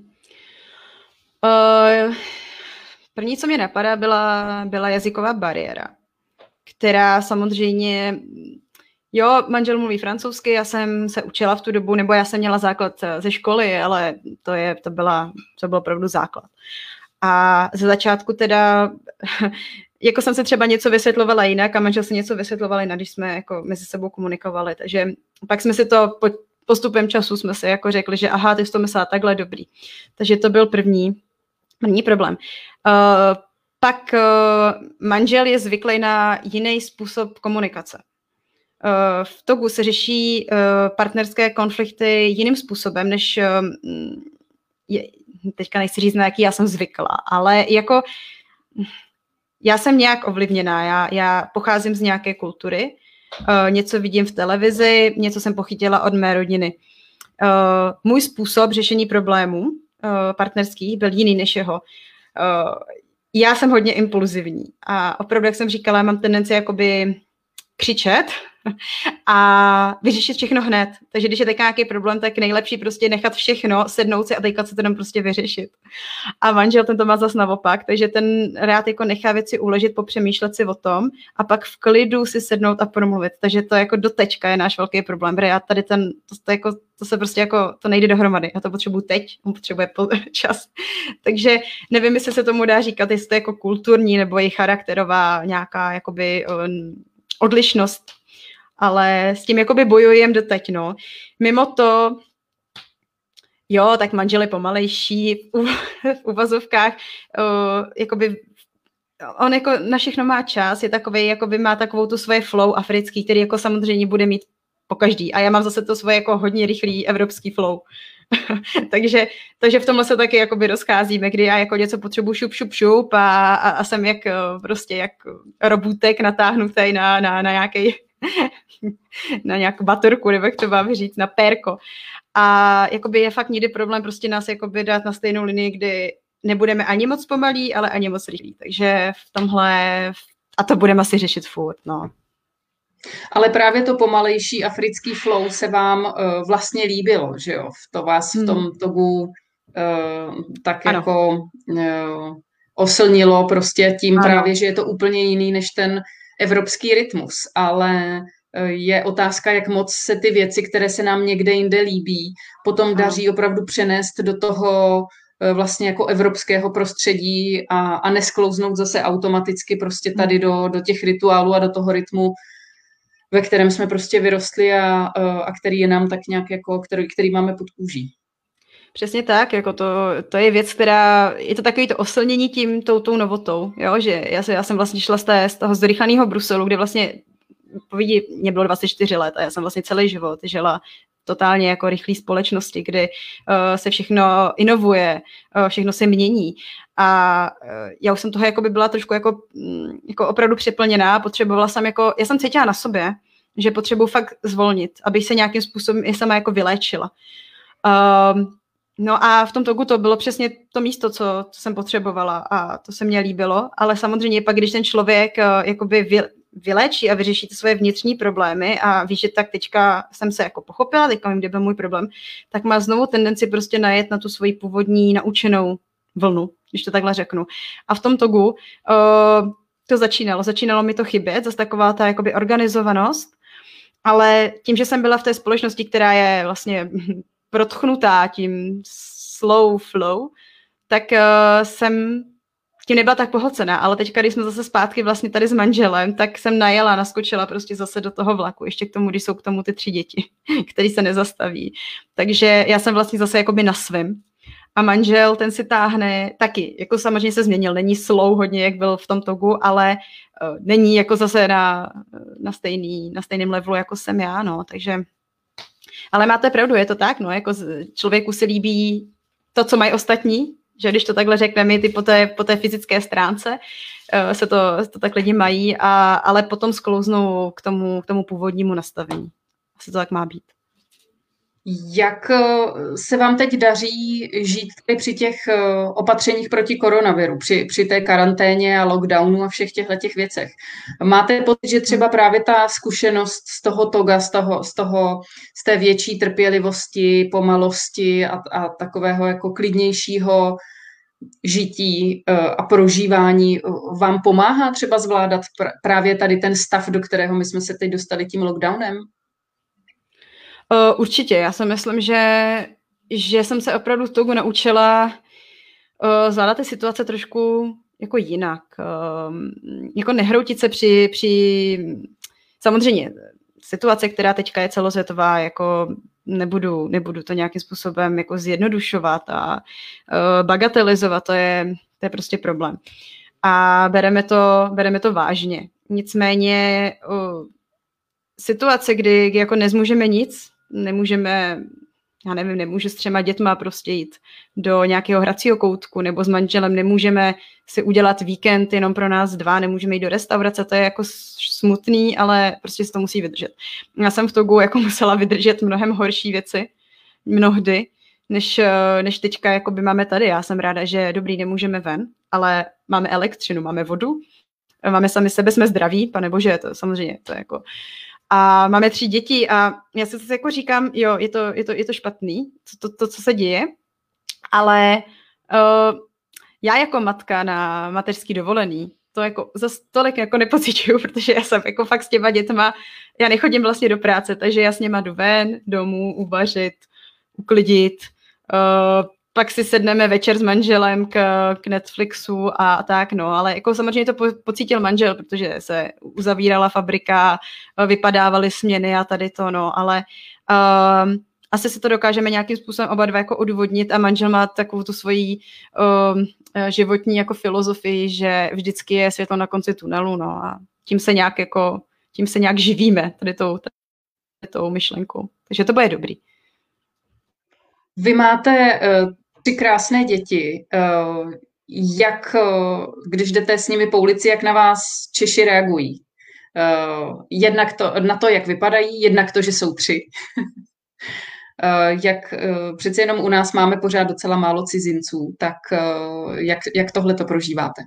Uh, první, co mě napadá, byla, byla jazyková bariéra, která samozřejmě, jo, manžel mluví francouzsky, já jsem se učila v tu dobu, nebo já jsem měla základ ze školy, ale to, je, to, byla, to byl opravdu základ. A ze začátku teda, jako jsem se třeba něco vysvětlovala jinak a manžel se něco vysvětloval jinak, když jsme jako mezi sebou komunikovali, takže pak jsme si to po, postupem času jsme si jako řekli, že aha, ty jsi to myslela takhle, dobrý. Takže to byl první, první problém. Uh, Pak uh, manžel je zvyklý na jiný způsob komunikace. Uh, v Togu se řeší uh, partnerské konflikty jiným způsobem, než uh, je, teďka nechci říct, na jaký já jsem zvykla, ale jako já jsem nějak ovlivněná, já, já pocházím z nějaké kultury, uh, něco vidím v televizi, něco jsem pochytila od mé rodiny. Uh, můj způsob řešení problémů uh, partnerských byl jiný než jeho. Uh, Já jsem hodně impulzivní a opravdu, jak jsem říkala, mám tendenci jakoby křičet a vyřešit všechno hned. Takže když je tak nějaký problém, tak nejlepší prostě nechat všechno, sednout si a teďka se to tam prostě vyřešit. A manžel ten to má zas naopak, takže ten rád jako nechá věci uložit, popřemýšlet si o tom a pak v klidu si sednout a promluvit. Takže to jako dotečka je náš velký problém. Já tady ten, to, to, jako, to se prostě jako, to nejde dohromady. Já to potřebuji teď, on potřebuje čas. Takže nevím, jestli se tomu dá říkat, jestli to je jako kulturní nebo i charakterová nějaká jakoby odlišnost. Ale s tím jakoby bojujem doteď, no. Mimo to, jo, tak manžel je pomalejší v, v uvazovkách, uh, jakoby on jako na všechno má čas, je takovej, jakoby má takovou tu svoje flow africký, který jako samozřejmě bude mít po každý. A já mám zase to svoje jako hodně rychlý evropský flow. takže, takže v tomhle se taky jakoby rozcházíme, kdy já jako něco potřebuji šup, šup, šup a, a, a jsem jak prostě jak robůtek natáhnutý na, na, na nějaký na nějakou batorku, nebo jak to mám říct, na pérko. A jakoby je fakt někdy problém prostě nás jakoby dát na stejnou linii, kdy nebudeme ani moc pomalí, ale ani moc rychlí. Takže v tomhle, a to budeme asi řešit furt, no. Ale právě to pomalejší africký flow se vám uh, vlastně líbilo, že jo? To vás v tom Togu uh, tak ano. jako uh, oslnilo prostě tím ano. právě, že je to úplně jiný než ten evropský rytmus, ale je otázka, jak moc se ty věci, které se nám někde jinde líbí, potom daří opravdu přenést do toho vlastně jako evropského prostředí a, a nesklouznout zase automaticky prostě tady do, do těch rituálů a do toho rytmu ve kterém jsme prostě vyrostli a, a který je nám tak nějak jako, který, který máme pod kůží. Přesně tak, jako to, to je věc, která, je to takový to oslnění tím, tou, tou novotou, jo, že já, se, já jsem vlastně šla z, té, z toho zrychleného Bruselu, kde vlastně, povídí, mě bylo dvacet čtyři let a já jsem vlastně celý život žila totálně jako rychlé společnosti, kdy uh, se všechno inovuje, uh, všechno se mění a uh, já už jsem toho jako by byla trošku jako, um, jako opravdu přeplněná, potřebovala jsem jako, já jsem cítila na sobě, že potřebuji fakt zvolnit, abych se nějakým způsobem i sama jako vyléčila. Um, No a v tom toku to bylo přesně to místo, co, co jsem potřebovala a to se mně líbilo, ale samozřejmě pak, když ten člověk uh, jakoby vy, vyléčí a vyřeší ty svoje vnitřní problémy a ví, že tak teďka jsem se jako pochopila, teďka vím, kde byl můj problém, tak má znovu tendenci prostě najet na tu svoji původní naučenou vlnu, když to takhle řeknu. A v tom toku uh, to začínalo, začínalo mi to chybět, zase taková ta jakoby organizovanost, ale tím, že jsem byla v té společnosti, která je vlastně protchnutá tím slow flow, tak uh, jsem tím nebyla tak pohlcená, ale teďka, když jsme zase zpátky vlastně tady s manželem, tak jsem najela, naskočila prostě zase do toho vlaku, ještě k tomu, když jsou k tomu ty tři děti, který se nezastaví. Takže já jsem vlastně zase jakoby na svém. A manžel, ten si táhne taky, jako samozřejmě se změnil, není slow hodně, jak byl v tom toku, ale uh, není jako zase na, na, stejný, na stejném levelu, jako jsem já, no, takže ale máte pravdu, je to tak, no, jako člověku se líbí to, co mají ostatní, že když to takhle řekneme, ty po té, po té fyzické stránce uh, se to, to tak lidi mají, a, ale potom sklouznou k tomu, k tomu původnímu nastavení. Asi to tak má být. Jak se vám teď daří žít tady při těch opatřeních proti koronaviru, při, při té karanténě a lockdownu a všech těchto těch věcech? Máte pocit, že třeba právě ta zkušenost z toho toga, z, toho, z, toho, z té větší trpělivosti, pomalosti a, a takového jako klidnějšího žití a prožívání vám pomáhá třeba zvládat právě tady ten stav, do kterého my jsme se teď dostali tím lockdownem? Uh, určitě, já si myslím, že, že jsem se opravdu v togu naučila uh, zvládat ty situace trošku jako jinak. Uh, jako nehroutit se při, při samozřejmě situace, která teďka je celosvětová, jako nebudu, nebudu to nějakým způsobem jako zjednodušovat a uh, bagatelizovat, to je, to je prostě problém. A bereme to, bereme to vážně. Nicméně uh, situace, kdy, kdy jako nezmůžeme nic, nemůžeme, já nevím, nemůžu s třema dětma prostě jít do nějakého hracího koutku, nebo s manželem nemůžeme si udělat víkend jenom pro nás dva, nemůžeme jít do restaurace, to je jako smutný, ale prostě se to musí vydržet. Já jsem v togu jako musela vydržet mnohem horší věci, mnohdy, než, než teďka jakoby máme tady. Já jsem ráda, že dobrý, nemůžeme ven, ale máme elektřinu, máme vodu, máme sami sebe, jsme zdraví, panebože, to samozřejmě, to je jako... A máme tři děti a já si zase jako říkám, jo, je to, je to, je to špatný, to, to, to, co se děje, ale uh, já jako matka na mateřský dovolený, to jako zase tolik jako nepocituju, protože já jsem jako fakt s těma dětma, já nechodím vlastně do práce, takže já s něma jdu ven, domů, uvařit, uklidit, uh, pak si sedneme večer s manželem k, k Netflixu a tak, no, ale jako samozřejmě to po, pocítil manžel, protože se uzavírala fabrika, vypadávaly směny a tady to, no, ale um, asi si to dokážeme nějakým způsobem oba dva jako odůvodnit a manžel má takovou tu svoji um, životní jako filozofii, že vždycky je světlo na konci tunelu, no, a tím se nějak jako, tím se nějak živíme tady tou, tady tou myšlenkou, takže to bude dobrý. Vy máte uh, tři krásné děti. Uh, jak, uh, když jdete s nimi po ulici, jak na vás Češi reagují? Uh, jednak to, na to, jak vypadají, jednak to, že jsou tři. uh, jak uh, přece jenom u nás máme pořád docela málo cizinců, tak uh, jak, jak tohle to prožíváte?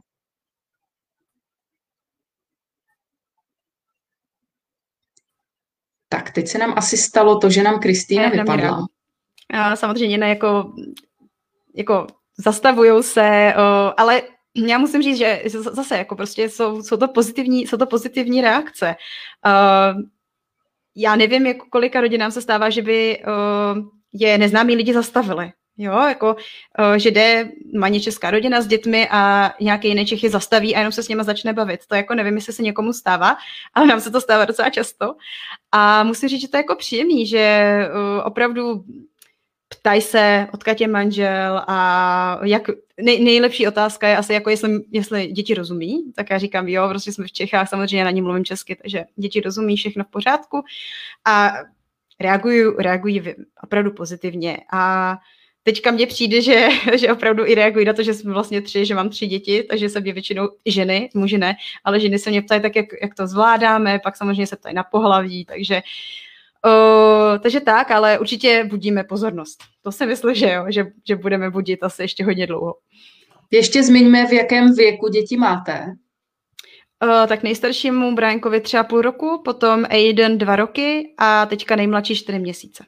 Tak, teď se nám asi stalo to, že nám Kristýna vypadla. A samozřejmě ne, jako, jako zastavujou se, o, ale já musím říct, že zase jako prostě jsou, jsou, to pozitivní, jsou to pozitivní reakce. Uh, já nevím, jako kolika rodinám se stává, že by uh, je neznámí lidi zastavili. Jo, jako, že jde maní česká rodina s dětmi a nějaký jiný Čech je zastaví a jenom se s nima začne bavit. To jako nevím, jestli se někomu stává, ale nám se to stává docela často. A musím říct, že to je jako příjemný, že opravdu ptají se, odkud je manžel a jak, nej, nejlepší otázka je asi, jako jestli, jestli děti rozumí, tak já říkám, jo, prostě jsme v Čechách, samozřejmě na ní mluvím česky, takže děti rozumí, všechno v pořádku a reagují, reagují opravdu pozitivně a teďka mně přijde, že, že opravdu i reagují na to, že jsme vlastně tři, že mám tři děti, takže se mě většinou ženy, muži ne, ale ženy se mě ptají tak, jak, jak to zvládáme, pak samozřejmě se ptají na pohlaví, takže Uh, takže tak, ale určitě budíme pozornost. To si myslím, že jo, že, že budeme budit asi ještě hodně dlouho. Ještě zmiňme, v jakém věku děti máte. Uh, tak nejstaršímu Briankovi tři a půl roku, potom Aiden dva roky a teďka nejmladší čtyři měsíce.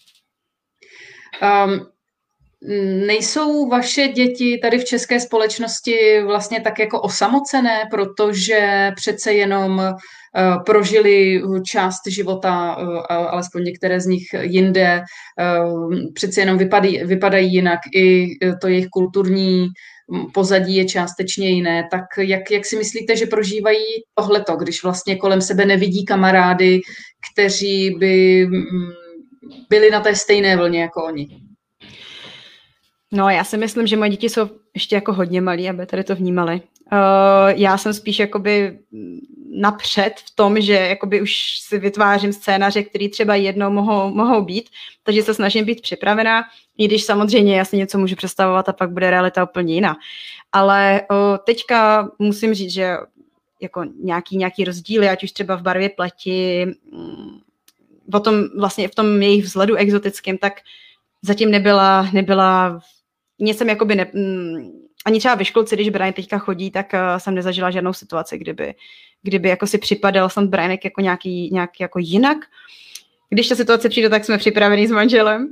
Um, nejsou vaše děti tady v české společnosti vlastně tak jako osamocené, protože přece jenom uh, prožili část života, uh, alespoň některé z nich jinde, uh, přece jenom vypadají, vypadají jinak, i to jejich kulturní pozadí je částečně jiné, tak jak, jak si myslíte, že prožívají tohleto, když vlastně kolem sebe nevidí kamarády, kteří by byli na té stejné vlně jako oni? No, já si myslím, že moje děti jsou ještě jako hodně malí, aby tady to vnímali. Uh, já jsem spíš jakoby napřed v tom, že jakoby už si vytvářím scénáře, který třeba jednou mohou, mohou být, takže se snažím být připravená, i když samozřejmě já si něco můžu představovat a pak bude realita úplně jiná. Ale uh, teďka musím říct, že jako nějaký, nějaký rozdíly, ať už třeba v barvě pleti, um, o tom vlastně v tom jejich vzhledu exotickém, tak zatím nebyla, nebyla nic jsem jakoby ne, ani třeba ve školce, když Brian teďka chodí, tak uh, jsem nezažila žádnou situaci, kdyby, kdyby jako si připadal snad Brianek jako nějaký, nějaký jako jinak. Když ta situace přijde, tak jsme připraveni s manželem,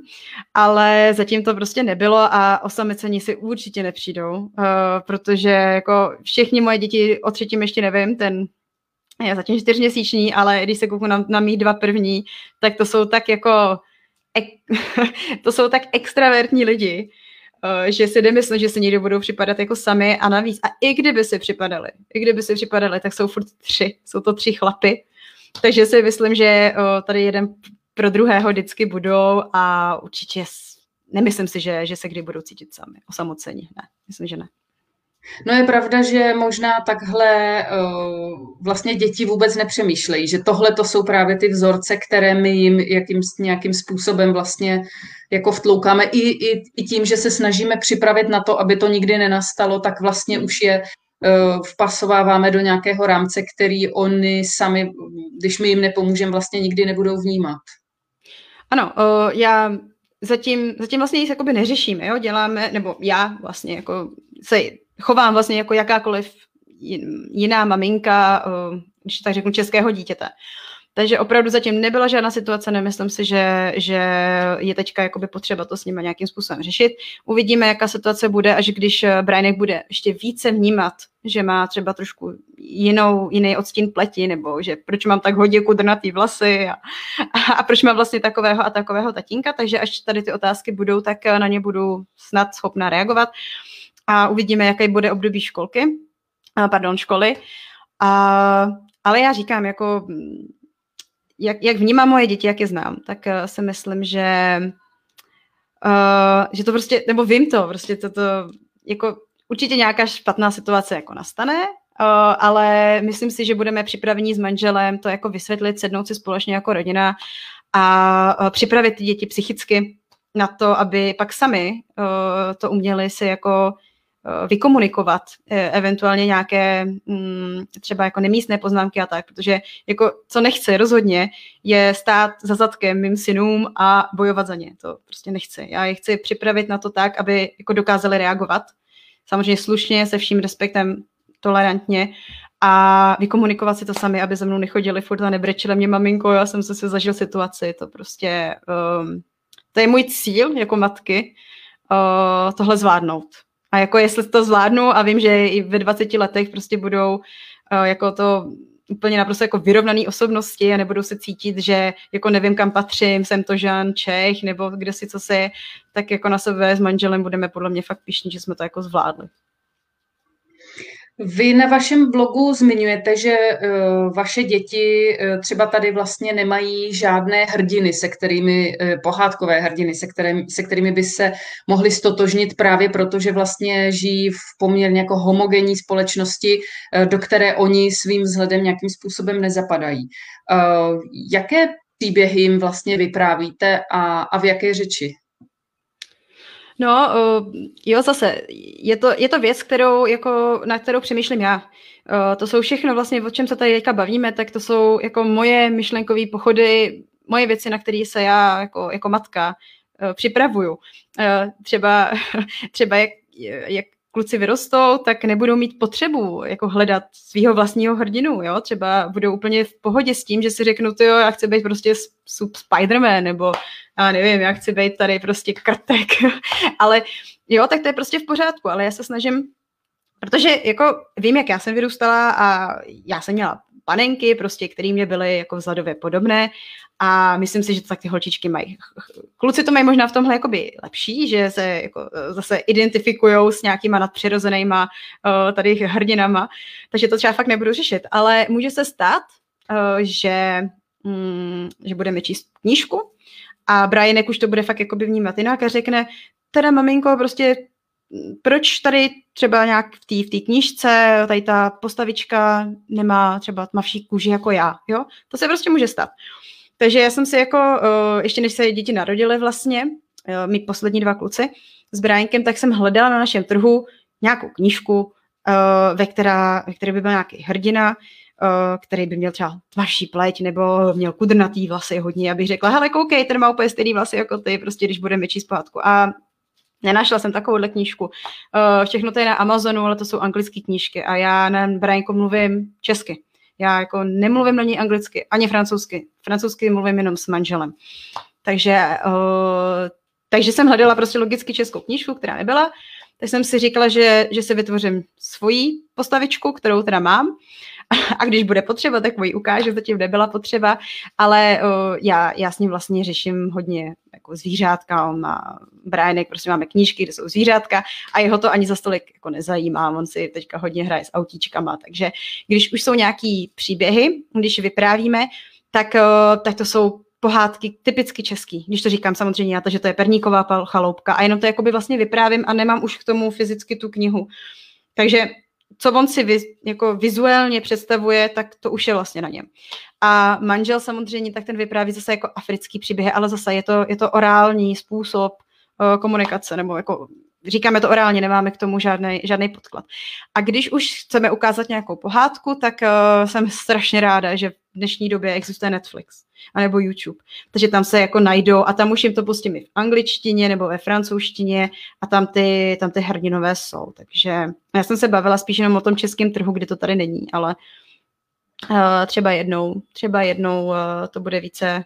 ale zatím to prostě nebylo a osamocení si určitě nepřijdou, uh, protože jako všichni moje děti o třetím ještě nevím, ten je zatím čtyřměsíční, ale když se kouknu na, na mý dva první, tak to jsou tak jako ek, to jsou tak extravertní lidi, že si nemyslím, že se někdy budou připadat jako sami a navíc. A i kdyby si připadali, i kdyby si připadali, tak jsou furt tři, jsou to tři chlapy. Takže si myslím, že tady jeden pro druhého vždycky budou a určitě nemyslím si, že, že se kdy budou cítit sami, osamocení. Ne, myslím, že ne. No je pravda, že možná takhle uh, vlastně děti vůbec nepřemýšlejí, že tohle to jsou právě ty vzorce, které my jim jakým, nějakým způsobem vlastně jako vtloukáme i, i, i tím, že se snažíme připravit na to, aby to nikdy nenastalo, tak vlastně už je uh, vpasováváme do nějakého rámce, který oni sami, když my jim nepomůžeme, vlastně nikdy nebudou vnímat. Ano, uh, já zatím, zatím vlastně nic jakoby neřešíme, jo? Děláme, nebo já vlastně jako se chovám vlastně jako jakákoliv jiná maminka, když tak řeknu, českého dítěte. Takže opravdu zatím nebyla žádná situace, nemyslím si, že, že je teďka jakoby potřeba to s nimi nějakým způsobem řešit. Uvidíme, jaká situace bude, až když Brianek bude ještě více vnímat, že má třeba trošku jinou, jiný odstín pleti, nebo že proč mám tak hodně kudrnatý vlasy a, a proč mám vlastně takového a takového tatínka, takže až tady ty otázky budou, tak na ně budu snad schopná reagovat. A uvidíme, jaké bude období školky, pardon, školy. A, ale já říkám, jako, jak, jak vnímám moje děti, jak je znám, tak uh, si myslím, že, uh, že to prostě, nebo vím to, prostě toto, jako určitě nějaká špatná situace jako nastane, uh, ale myslím si, že budeme připraveni s manželem to jako vysvětlit, sednout si společně jako rodina a uh, připravit ty děti psychicky na to, aby pak sami uh, to uměli si jako vykomunikovat eventuálně nějaké mm, třeba jako nemístné poznámky a tak, protože jako co nechci rozhodně je stát za zadkem mým synům a bojovat za ně. To prostě nechci. Já je chci připravit na to tak, aby jako dokázali reagovat. Samozřejmě slušně, se vším respektem, tolerantně a vykomunikovat si to sami, aby za mnou nechodili furt a nebrečili mě maminko, já jsem se si zažil situaci, to prostě um, to je můj cíl jako matky uh, tohle zvládnout. A jako jestli to zvládnu a vím, že i ve dvaceti letech prostě budou uh, jako to úplně naprosto jako vyrovnaný osobnosti a nebudou se cítit, že jako nevím, kam patřím, jsem to Žán Čech, nebo kde si co se je, tak jako na sebe s manželem budeme podle mě fakt pyšní, že jsme to jako zvládli. Vy na vašem blogu zmiňujete, že uh, vaše děti uh, třeba tady vlastně nemají žádné hrdiny, se kterými, uh, pohádkové hrdiny, se, kterým, se kterými by se mohli stotožnit právě proto, že vlastně žijí v poměrně jako homogenní společnosti, uh, do které oni svým vzhledem nějakým způsobem nezapadají. Uh, jaké příběhy jim vlastně vyprávíte a, a v jaké řeči? No, jo, zase, je to, je to věc, kterou, jako, na kterou přemýšlím já. To jsou všechno vlastně, o čem se tady teďka bavíme, tak to jsou jako moje myšlenkové pochody, moje věci, na které se já jako, jako matka připravuju. Třeba, třeba jak, jak kluci vyrostou, tak nebudou mít potřebu jako hledat svého vlastního hrdinu, jo? Třeba budou úplně v pohodě s tím, že si řeknou, jo, já chci být prostě Spider-Man, nebo já nevím, já chci být tady prostě Krtek, ale jo, tak to je prostě v pořádku, ale já se snažím, protože jako vím, jak já jsem vyrůstala a já jsem měla panenky, prostě, které mě byly jako vzhledově podobné a myslím si, že to tak ty holčičky mají. Kluci to mají možná v tomhle jakoby lepší, že se jako zase identifikujou s nějakýma nadpřirozenýma uh, tady hrdinama, takže to třeba fakt nebudu řešit, ale může se stát, uh, že, um, že budeme číst knížku a Brianek už to bude fakt jakoby vnímat jinak a řekne, teda maminko, prostě proč tady třeba nějak v té v té knížce tady ta postavička nemá třeba tmavší kůži jako já, jo? To se prostě může stát. Takže já jsem si jako, uh, ještě než se děti narodily vlastně, uh, my poslední dva kluci s Briankem, tak jsem hledala na našem trhu nějakou knížku, uh, ve, která, ve které by byl nějaký hrdina, uh, který by měl třeba tmavší pleť nebo měl kudrnatý vlasy hodně, abych řekla, hele koukej, ten má úplně stejný vlasy jako ty, prostě když budeme číst pohádku. A nenašla jsem takovouhle knížku. Uh, všechno to je na Amazonu, ale to jsou anglické knížky a já na Brianku mluvím česky. Já jako nemluvím na ní anglicky, ani francouzsky. Francouzsky mluvím jenom s manželem. Takže, uh, takže jsem hledala prostě logicky českou knížku, která nebyla. Tak jsem si říkala, že, že si vytvořím svoji postavičku, kterou teda mám. A když bude potřeba, tak mu ji ukážu, zatím nebyla potřeba, ale uh, já, já s ním vlastně řeším hodně jako zvířátka, on má, Brianek, prostě máme knížky, kde jsou zvířátka a jeho to ani za stolik jako nezajímá, on si teďka hodně hraje s autíčkama, takže když už jsou nějaký příběhy, když vyprávíme, tak, uh, tak to jsou pohádky typicky český, když to říkám samozřejmě já, takže to je Perníková chaloupka a jenom to jakoby vlastně vyprávím a nemám už k tomu fyzicky tu knihu. Takže co on si viz, jako vizuálně představuje, tak to už je vlastně na něm. A manžel samozřejmě, tak ten vypráví zase jako africký příběh, ale zase je to, je to orální způsob uh, komunikace, nebo jako říkáme to orálně, nemáme k tomu žádný, žádný podklad. A když už chceme ukázat nějakou pohádku, tak uh, jsem strašně ráda, že v dnešní době existuje Netflix anebo YouTube. Takže tam se jako najdou a tam už jim to pustím i v angličtině nebo ve francouzštině a tam ty, tam ty hrdinové jsou. Takže já jsem se bavila spíš jenom o tom českém trhu, kde to tady není, ale uh, třeba jednou, třeba jednou uh, to bude více,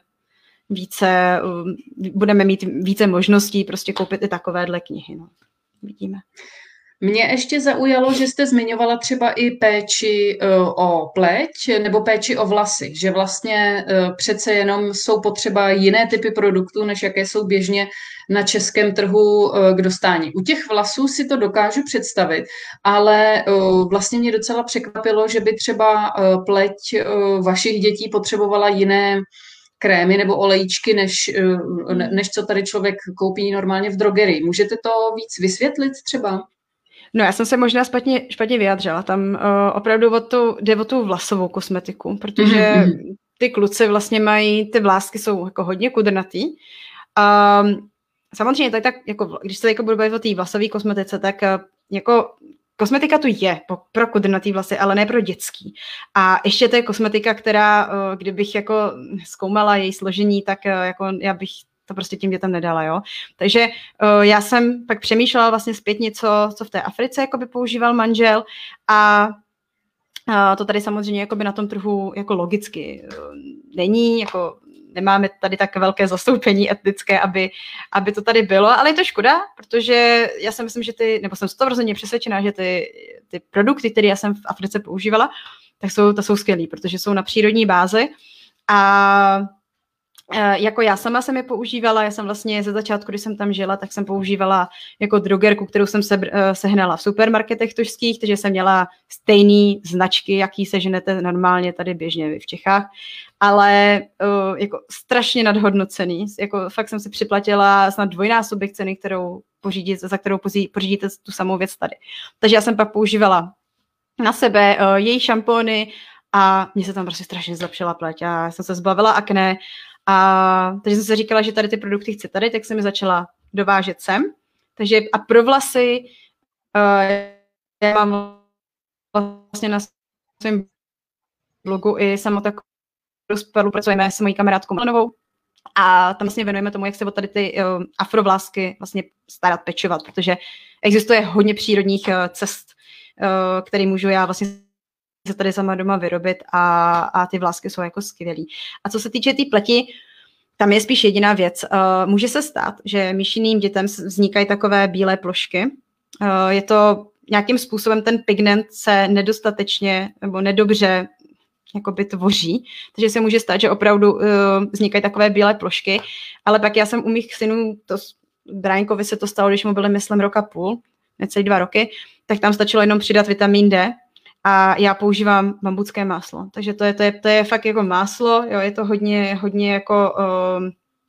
více uh, budeme mít více možností prostě koupit i takovéhle knihy. No. Vidíme. Mě ještě zaujalo, že jste zmiňovala třeba i péči o pleť nebo péči o vlasy, že vlastně přece jenom jsou potřeba jiné typy produktů, než jaké jsou běžně na českém trhu k dostání. U těch vlasů si to dokážu představit, ale vlastně mě docela překvapilo, že by třeba pleť vašich dětí potřebovala jiné krémy nebo olejíčky, než, než co tady člověk koupí normálně v drogerii. Můžete to víc vysvětlit třeba? No já jsem se možná špatně, špatně vyjádřila. Tam uh, opravdu o tu, jde o tu vlasovou kosmetiku, protože mm-hmm. ty kluci vlastně mají, ty vlásky jsou jako hodně kudrnatý. Um, samozřejmě tak, tak jako, když se jako budu bavit o té vlasové kosmetice, tak uh, jako kosmetika tu je pro, pro kudrnatý vlasy, ale ne pro dětský. A ještě to je kosmetika, která, uh, kdybych jako zkoumala její složení, tak uh, jako já bych to prostě tím dětem nedala, jo. Takže uh, já jsem pak přemýšlela vlastně zpětně, co, co v té Africe jakoby používal manžel a uh, to tady samozřejmě jakoby na tom trhu jako logicky uh, není, jako nemáme tady tak velké zastoupení etnické, aby, aby to tady bylo, ale je to škoda, protože já si myslím, že ty, nebo jsem sto procent přesvědčená, že ty, ty produkty, které já jsem v Africe používala, tak jsou, to jsou skvělý, protože jsou na přírodní bázi a jako já sama jsem je používala, já jsem vlastně ze začátku, když jsem tam žila, tak jsem používala jako drogerku, kterou jsem se, sehnala v supermarketech tužských, takže jsem měla stejný značky, jaký seženete normálně tady běžně v Čechách, ale uh, jako strašně nadhodnocený, jako fakt jsem si připlatila snad dvojnásobek ceny, kterou pořídit, za kterou pořídíte tu samou věc tady. Takže já jsem pak používala na sebe uh, její šampony a mně se tam prostě strašně zlepšila pleť a jsem se zbavila akné. A takže jsem se říkala, že tady ty produkty chci tady, tak jsem mi začala dovážet sem. Takže a pro vlasy uh, já mám vlastně na svém blogu i samo takovou spolupracujeme s mojí kamarádkou Mlanovou a tam vlastně věnujeme tomu, jak se o tady ty uh, afrovlásky vlastně starat, pečovat, protože existuje hodně přírodních uh, cest, uh, které můžu já vlastně se tady sama doma vyrobit a, a ty vlásky jsou jako skvělý. A co se týče té tý pleti, tam je spíš jediná věc. Uh, může se stát, že myšiným dětem vznikají takové bílé plošky. Uh, je to nějakým způsobem ten pigment se nedostatečně nebo nedobře jakoby tvoří, takže se může stát, že opravdu uh, vznikají takové bílé plošky, ale pak já jsem u mých synů, to Briankovi se to stalo, když mu byly, myslím, rok a půl, necelý dva roky, tak tam stačilo jenom přidat vitamin D, a já používám bambucké máslo. Takže to je, to je, to je fakt jako máslo, jo, je to hodně, hodně jako uh,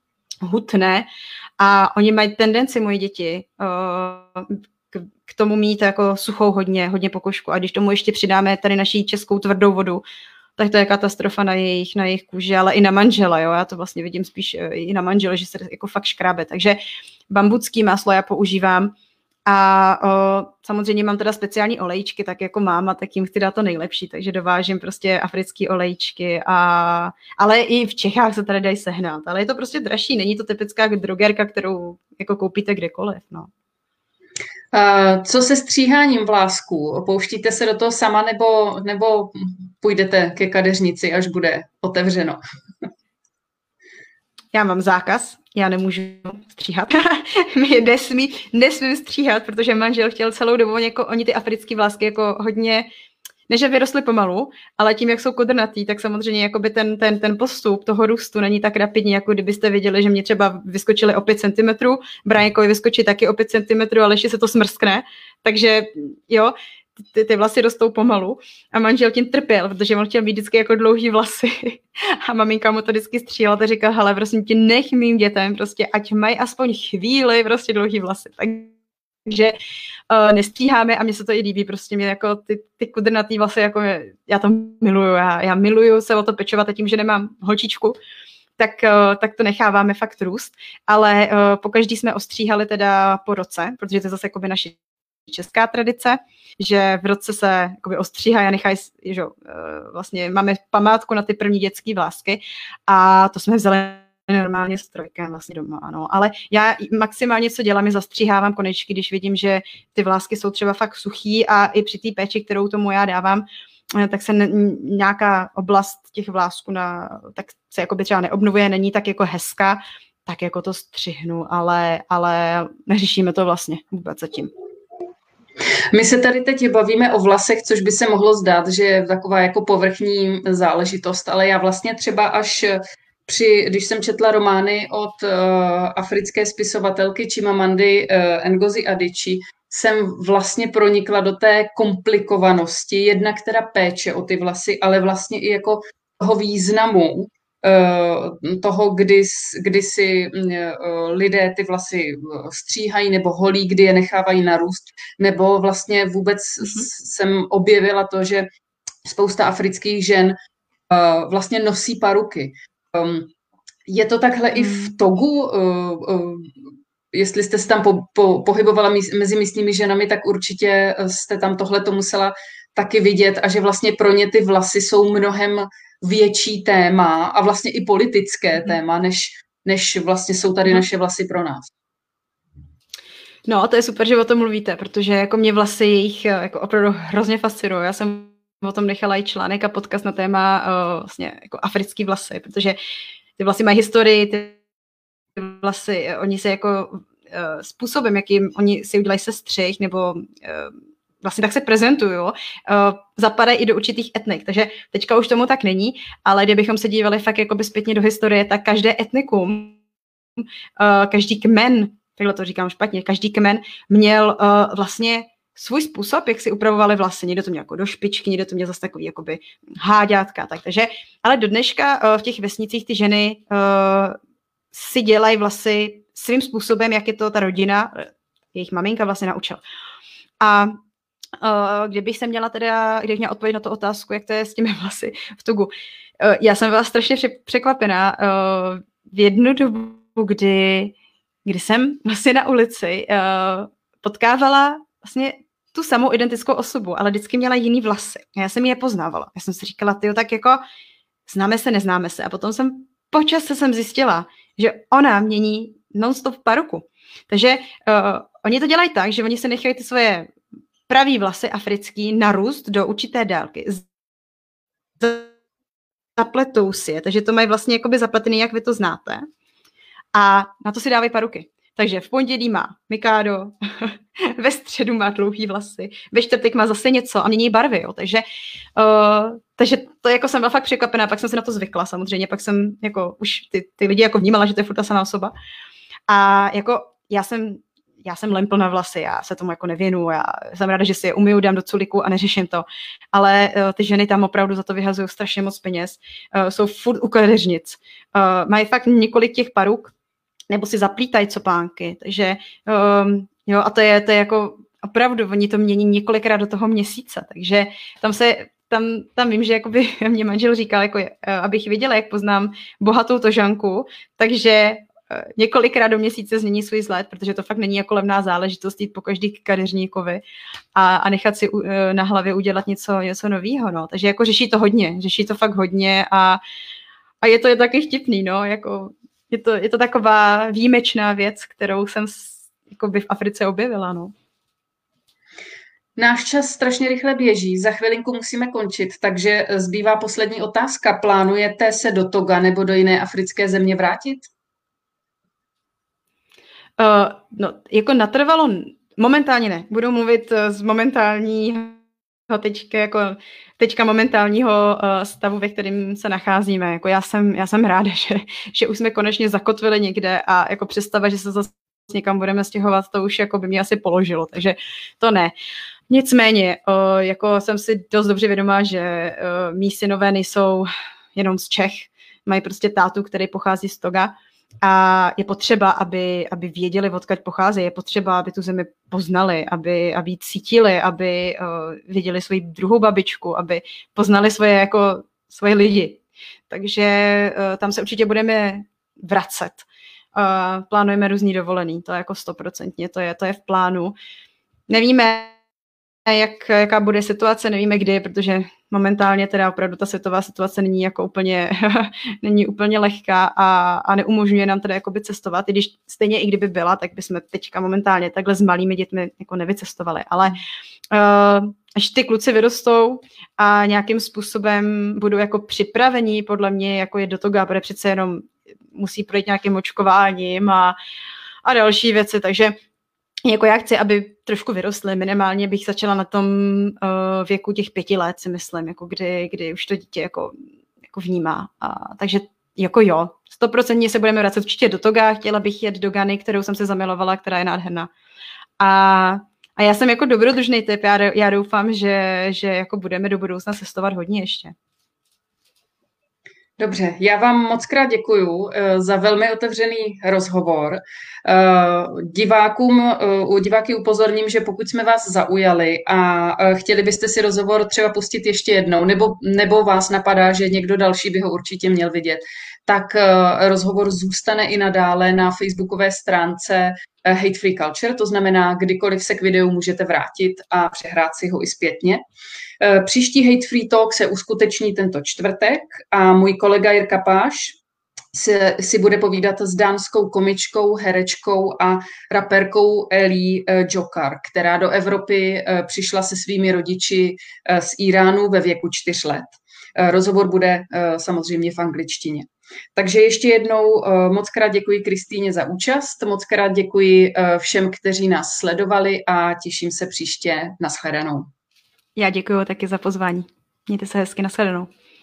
hutné a oni mají tendenci, moji děti, uh, k, k tomu mít jako suchou hodně, hodně pokožku. A když tomu ještě přidáme tady naší českou tvrdou vodu, tak to je katastrofa na jejich, na jejich kůži, ale i na manžela, jo. Já to vlastně vidím spíš i na manžele, že se jako fakt škrábe. Takže bambucký máslo já používám. A o, samozřejmě mám teda speciální olejčky, tak jako máma, tak jim chci dát to nejlepší, takže dovážím prostě africké olejčky, a, ale i v Čechách se tady dají sehnat, ale je to prostě dražší, není to typická drogerka, kterou jako koupíte kdekoliv, no. Uh, co se stříháním vlásků? Pouštíte se do toho sama nebo, nebo půjdete ke kadeřnici, až bude otevřeno? Já mám zákaz, já nemůžu stříhat. Mě nesmí, nesmím stříhat, protože manžel chtěl celou dobu, jako, oni ty africké vlásky jako hodně, ne že vyrostly pomalu, ale tím, jak jsou kodrnatý, tak samozřejmě jakoby ten, ten, ten postup toho růstu není tak rapidní, jako kdybyste viděli, že mě třeba vyskočily o pět centimetrů, Briankovi vyskočí taky o pět centimetrů, ale ještě se to smrskne, takže jo, Ty, ty vlasy rostou pomalu a manžel tím trpěl, protože on chtěl mít vždycky jako dlouhý vlasy a maminka mu to vždycky stříhala a říkala, hele, prosím tě, nech mým dětem prostě, ať mají aspoň chvíli prostě dlouhý vlasy. Takže uh, nestříháme a mně se to i líbí, prostě mě jako ty, ty kudrnatý vlasy, jako já to miluju, já, já miluju se o to pečovat a tím, že nemám holčičku, tak, uh, tak to necháváme fakt růst, ale uh, pokaždý jsme ostříhali teda po roce, protože to je zase jakoby naše česká tradice, že v roce se jakoby ostříhají a nechají, že vlastně máme památku na ty první dětské vlásky a to jsme vzali normálně s trojkem vlastně doma, ano. Ale já maximálně, co dělám, je zastříhávám konečky, když vidím, že ty vlásky jsou třeba fakt suchý a i při té péči, kterou tomu já dávám, tak se ne, nějaká oblast těch vlásků na, tak se jakoby třeba neobnovuje, není tak jako hezká, tak jako to střihnu, ale, ale neřešíme to vlastně vůbec zatím. My se tady teď bavíme o vlasech, což by se mohlo zdát, že je taková jako povrchní záležitost, ale já vlastně třeba až při, když jsem četla romány od uh, africké spisovatelky Chimamandy uh, Ngozi Adichie, jsem vlastně pronikla do té komplikovanosti, jednak teda péče o ty vlasy, ale vlastně i jako toho významu toho, kdy, kdy si lidé ty vlasy stříhají nebo holí, kdy je nechávají narůst, nebo vlastně vůbec mm-hmm. jsem objevila to, že spousta afrických žen vlastně nosí paruky. Je to takhle mm. i v Togu? Jestli jste se tam po, po, pohybovala mezi místními ženami, tak určitě jste tam tohleto musela taky vidět a že vlastně pro ně ty vlasy jsou mnohem větší téma a vlastně i politické mm. téma, než, než vlastně jsou tady mm. naše vlasy pro nás. No, to je super, že o tom mluvíte, protože jako mě vlasy jejich jako opravdu hrozně fascinují. Já jsem o tom nechala i článek a podcast na téma uh, vlastně jako africký vlasy, protože ty vlasy mají historii, ty vlasy, oni se jako uh, způsobem, jakým oni si udělají sestřih nebo uh, vlastně tak se prezentuju, uh, zapadají i do určitých etnik, takže teďka už tomu tak není, ale kdybychom se dívali fakt jakoby zpětně do historie, tak každé etnikum, uh, každý kmen, takhle to říkám špatně, každý kmen měl uh, vlastně svůj způsob, jak si upravovali vlasy. Někdo to měl jako do špičky, někdo to měl zase takový jakoby háďátka. Tak. Takže, ale do dneška uh, v těch vesnicích ty ženy uh, si dělají vlasy svým způsobem, jak je to ta rodina, jejich maminka vlastně naučila. A uh, kdybych se měla teda, kdybych měla odpovědět na tu otázku, jak to je s těmi vlasy v Togu. Uh, já jsem byla strašně překvapená uh, v jednu dobu, kdy, kdy jsem vlastně na ulici uh, potkávala vlastně tu samou identickou osobu, ale vždycky měla jiný vlasy. Já jsem ji nepoznávala. Já jsem si říkala, tyjo, tak jako známe se, neznáme se. A potom jsem po čase jsem zjistila, že ona mění non-stop paruku. Takže uh, oni to dělají tak, že oni se nechají ty svoje pravý vlasy africký narůst do určité délky. Zapletou si je, takže to mají vlastně jakoby zapletený, jak vy to znáte. A na to si dávají paruky. Takže v pondělí má Mikado, ve středu má dlouhý vlasy, ve čtvrtek má zase něco a mění barvy, jo. Takže, uh, takže to jako jsem byla fakt překvapená, pak jsem se na to zvykla samozřejmě, pak jsem jako už ty, ty lidi jako vnímala, že to je furt ta samá osoba. A jako já jsem, já jsem lempl na vlasy, já se tomu jako nevěnuju, já jsem ráda, že si je umyju, dám do culiku a neřeším to. Ale uh, ty ženy tam opravdu za to vyhazují strašně moc peněz, uh, jsou furt u kadeřnic, uh, mají fakt několik těch paruk, nebo si zaplítají copánky, takže um, jo, a to je, to je jako opravdu, oni to mění několikrát do toho měsíce, takže tam se, tam, tam vím, že jakoby mě manžel říkal, jako, abych viděla, jak poznám bohatou tožanku, takže několikrát do měsíce změní svůj vzhled, protože to fakt není jako levná záležitost jít po každý k kadeřníkovi a, a nechat si na hlavě udělat něco, něco novýho, no, takže jako řeší to hodně, řeší to fakt hodně a, a je to je taky vtipný, no, jako Je to, je to taková výjimečná věc, kterou jsem jakoby v Africe objevila. No. Náš čas strašně rychle běží, za chvilinku musíme končit, takže zbývá poslední otázka. Plánujete se do Toga nebo do jiné africké země vrátit? Uh, no, jako natrvalo, momentálně ne. Budu mluvit z momentálního teďka, jako teďka momentálního uh, stavu, ve kterém se nacházíme. Jako já, jsem, já jsem ráda, že, že už jsme konečně zakotvili někde a jako představa, že se zase někam budeme stěhovat, to už jako by mě asi položilo, takže to ne. Nicméně, uh, jako jsem si dost dobře vědomá, že uh, mý synové nejsou jenom z Čech, mají prostě tátu, který pochází z Toga a je potřeba, aby, aby věděli, odkud pochází, je potřeba, aby tu zemi poznali, aby, aby ji cítili, aby uh, věděli svoji druhou babičku, aby poznali svoje, jako, svoje lidi. Takže uh, tam se určitě budeme vracet. Uh, plánujeme různý dovolený, to je jako stoprocentně, to je, to je v plánu. Nevíme, jak, jaká bude situace, nevíme kdy, protože momentálně teda opravdu ta světová situace není jako úplně, není úplně lehká a, a neumožňuje nám teda jakoby cestovat, i když stejně i kdyby byla, tak bychom teďka momentálně takhle s malými dětmi jako nevycestovali, ale uh, až ty kluci vyrostou a nějakým způsobem budou jako připravení, podle mě jako je do Toga, protože přece jenom musí projít nějakým očkováním a, a další věci, takže jako já chci, aby trošku vyrostly, minimálně bych začala na tom uh, věku těch pěti let, si myslím, jako kdy, kdy už to dítě jako, jako vnímá. A, takže jako jo, stoprocentně se budeme vracet určitě do Toga, chtěla bych jet do Gany, kterou jsem se zamilovala, která je nádherná. A, a já jsem jako dobrodružný typ, já, já doufám, že, že jako budeme do budoucna cestovat hodně ještě. Dobře, já vám moc krát děkuju za velmi otevřený rozhovor. Divákům, u diváky upozorním, že pokud jsme vás zaujali a chtěli byste si rozhovor třeba pustit ještě jednou, nebo, nebo vás napadá, že někdo další by ho určitě měl vidět, tak rozhovor zůstane i nadále na facebookové stránce Hate Free Culture, to znamená, kdykoliv se k videu můžete vrátit a přehrát si ho i zpětně. Příští Hate Free Talk se uskuteční tento čtvrtek a můj kolega Jirka Páš si, si bude povídat s dánskou komičkou, herečkou a raperkou Ellie Jokar, která do Evropy přišla se svými rodiči z Iránu ve věku čtyř let. Rozhovor bude samozřejmě v angličtině. Takže ještě jednou moc krát děkuji Kristýně za účast, moc krát děkuji všem, kteří nás sledovali a těším se příště. Nashledanou. Já děkuji taky za pozvání. Mějte se hezky, nashledanou.